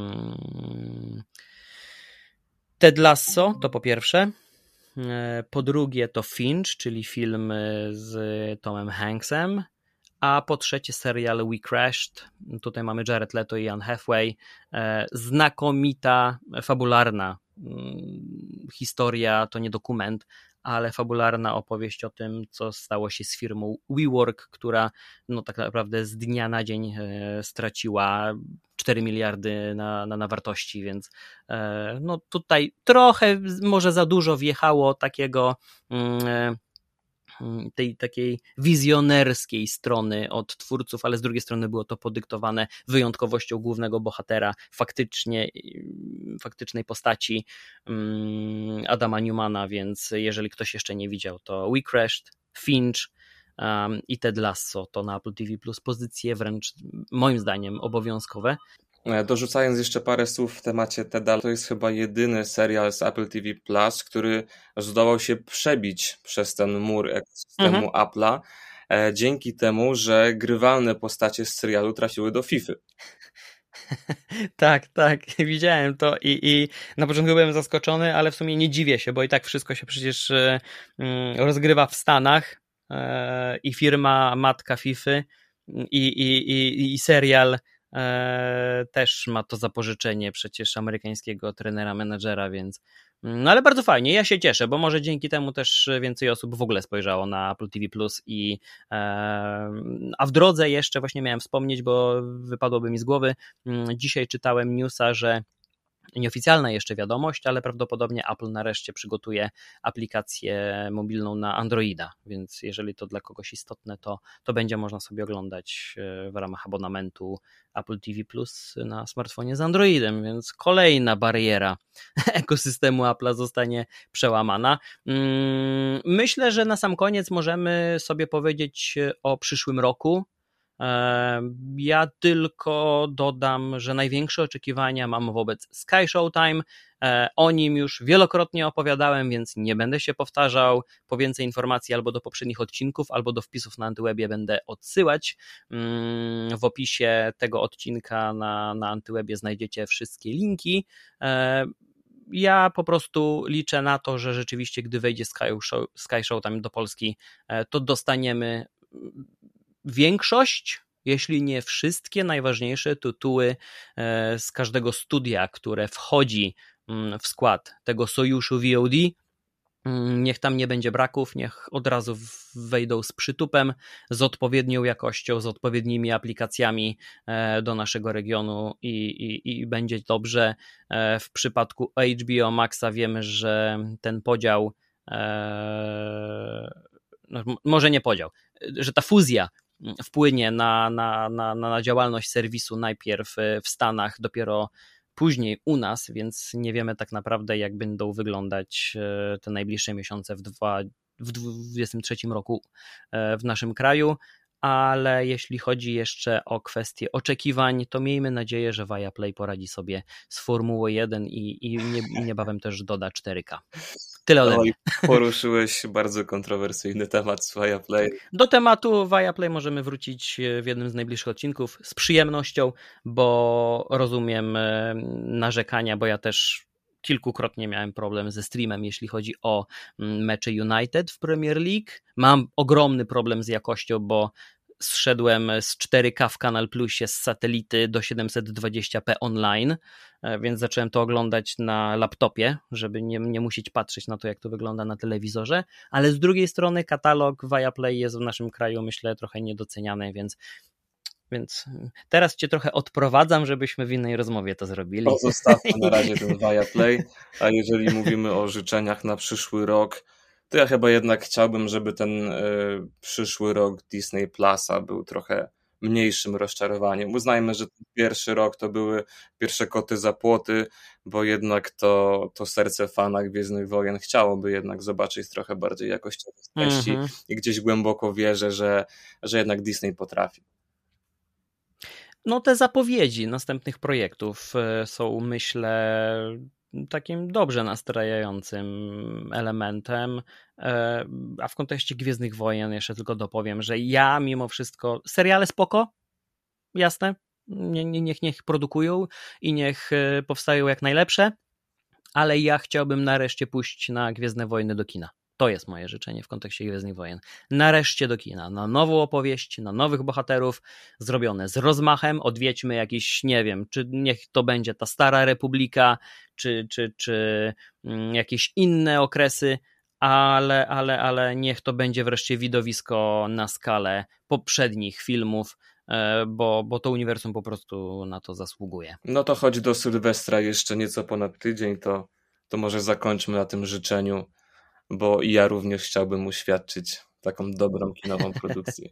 um, Ted Lasso, to po pierwsze. Po drugie to Finch, czyli film z Tomem Hanksem, a po trzecie serial We Crashed. Tutaj mamy Jared Leto i Anne Hathaway. Znakomita, fabularna historia, to nie dokument, ale fabularna opowieść o tym, co stało się z firmą WeWork, która no tak naprawdę z dnia na dzień straciła cztery miliardy na, na, na wartości, więc no tutaj trochę może za dużo wjechało takiego tej takiej wizjonerskiej strony od twórców, ale z drugiej strony było to podyktowane wyjątkowością głównego bohatera, faktycznie, faktycznej postaci Adama Newmana, więc jeżeli ktoś jeszcze nie widział, to We Crashed, Finch um, i Ted Lasso to na Apple T V Plus pozycje wręcz moim zdaniem obowiązkowe. Dorzucając jeszcze parę słów w temacie Teda, to jest chyba jedyny serial z Apple T V Plus, który zdołał się przebić przez ten mur ekosystemu mhm. Apple'a, e, dzięki temu, że grywalne postacie z serialu trafiły do FIFA. Tak, tak, widziałem to i, i na początku byłem zaskoczony, ale w sumie nie dziwię się, bo i tak wszystko się przecież e, rozgrywa w Stanach e, i firma matka FIFA i, i, i, i serial Eee, też ma to zapożyczenie przecież amerykańskiego trenera, menadżera, więc no ale bardzo fajnie, ja się cieszę, bo może dzięki temu też więcej osób w ogóle spojrzało na Apple T V Plus i eee, a w drodze jeszcze właśnie miałem wspomnieć, bo wypadłoby mi z głowy, dzisiaj czytałem newsa, że nieoficjalna jeszcze wiadomość, ale prawdopodobnie Apple nareszcie przygotuje aplikację mobilną na Androida, więc jeżeli to dla kogoś istotne, to, to będzie można sobie oglądać w ramach abonamentu Apple T V Plus na smartfonie z Androidem, więc kolejna bariera ekosystemu Apple'a zostanie przełamana. Myślę, że na sam koniec możemy sobie powiedzieć o przyszłym roku. Ja tylko dodam, że największe oczekiwania mam wobec Sky Showtime. O nim już wielokrotnie opowiadałem, więc nie będę się powtarzał. Po więcej informacji albo do poprzednich odcinków, albo do wpisów na Antywebie będę odsyłać. W opisie tego odcinka na, na Antywebie znajdziecie wszystkie linki. Ja po prostu liczę na to, że rzeczywiście gdy wejdzie Sky, Show, Sky Showtime do Polski, to dostaniemy większość, jeśli nie wszystkie najważniejsze tytuły z każdego studia, które wchodzi w skład tego sojuszu V O D. Niech tam nie będzie braków, niech od razu wejdą z przytupem, z odpowiednią jakością, z odpowiednimi aplikacjami do naszego regionu i, i, i będzie dobrze. W przypadku H B O Maxa wiemy, że ten podział, no może nie podział, że ta fuzja wpłynie na, na, na, na działalność serwisu najpierw w Stanach, dopiero później u nas, więc nie wiemy tak naprawdę, jak będą wyglądać te najbliższe miesiące w, dwa, w dwudziestym trzecim roku w naszym kraju, ale jeśli chodzi jeszcze o kwestię oczekiwań, to miejmy nadzieję, że Viaplay poradzi sobie z Formułą jeden i, i nie, niebawem też doda cztery K. Tyle ode mnie. Oj, poruszyłeś bardzo kontrowersyjny temat z Viaplay. Do tematu Viaplay możemy wrócić w jednym z najbliższych odcinków z przyjemnością, bo rozumiem narzekania, bo ja też kilkukrotnie miałem problem ze streamem, jeśli chodzi o mecze United w Premier League. Mam ogromny problem z jakością, bo zszedłem z cztery K w Kanal Plusie z satelity do siedemset dwadzieścia p online, więc zacząłem to oglądać na laptopie, żeby nie, nie musieć patrzeć na to, jak to wygląda na telewizorze, ale z drugiej strony katalog Viaplay jest w naszym kraju, myślę, trochę niedoceniany, więc Więc teraz cię trochę odprowadzam, żebyśmy w innej rozmowie to zrobili. Pozostawmy na razie ten Viaplay, a jeżeli mówimy o życzeniach na przyszły rok, to ja chyba jednak chciałbym, żeby ten y, przyszły rok Disney Plusa był trochę mniejszym rozczarowaniem. Uznajmy, że ten pierwszy rok to były pierwsze koty za płoty, bo jednak to, to serce fana Gwiezdnych Wojen chciałoby jednak zobaczyć trochę bardziej jakościowych treści mm-hmm. i gdzieś głęboko wierzę, że, że jednak Disney potrafi. No te zapowiedzi następnych projektów są, myślę, takim dobrze nastrajającym elementem, a w kontekście Gwiezdnych Wojen jeszcze tylko dopowiem, że ja mimo wszystko, seriale spoko, jasne, niech, niech produkują i niech powstają jak najlepsze, ale ja chciałbym nareszcie pójść na Gwiezdne Wojny do kina. To jest moje życzenie w kontekście Gwiezdnych Wojen. Nareszcie do kina, na nową opowieść, na nowych bohaterów, zrobione z rozmachem, odwiedźmy jakiś, nie wiem, czy niech to będzie ta Stara Republika, czy, czy, czy jakieś inne okresy, ale, ale, ale niech to będzie wreszcie widowisko na skalę poprzednich filmów, bo, bo to uniwersum po prostu na to zasługuje. No to choć do Sylwestra jeszcze nieco ponad tydzień, to, to może zakończmy na tym życzeniu, bo i ja również chciałbym uświadczyć taką dobrą kinową produkcję.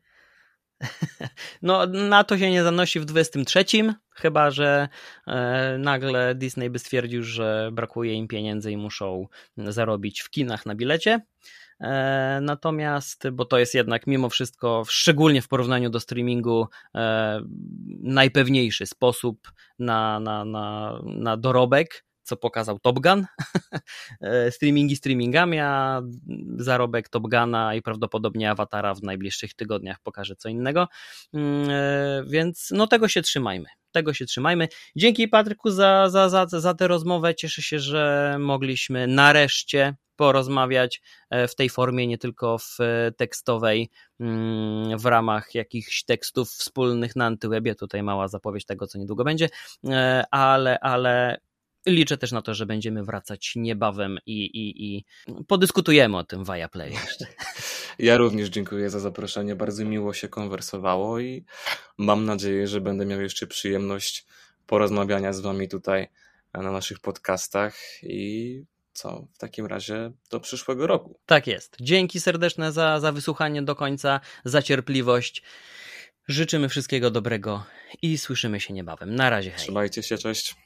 No na to się nie zanosi w dwudziestym trzecim, chyba że e, nagle Disney by stwierdził, że brakuje im pieniędzy i muszą zarobić w kinach na bilecie. E, natomiast, bo to jest jednak mimo wszystko, szczególnie w porównaniu do streamingu, e, najpewniejszy sposób na, na, na, na dorobek, co pokazał Top Gun. Streamingi streamingami, a zarobek Top Guna i prawdopodobnie Awatara w najbliższych tygodniach pokaże co innego. Więc no tego się trzymajmy. Tego się trzymajmy. Dzięki Patryku za, za, za, za tę rozmowę. Cieszę się, że mogliśmy nareszcie porozmawiać w tej formie, nie tylko w tekstowej, w ramach jakichś tekstów wspólnych na Antywebie. Tutaj mała zapowiedź tego, co niedługo będzie, ale, ale liczę też na to, że będziemy wracać niebawem i, i, i podyskutujemy o tym Viaplay jeszcze. Ja również dziękuję za zaproszenie. Bardzo miło się konwersowało i mam nadzieję, że będę miał jeszcze przyjemność porozmawiania z wami tutaj na naszych podcastach i co, w takim razie do przyszłego roku. Tak jest. Dzięki serdeczne za, za wysłuchanie do końca, za cierpliwość. Życzymy wszystkiego dobrego i słyszymy się niebawem. Na razie. Hej. Trzymajcie się, cześć.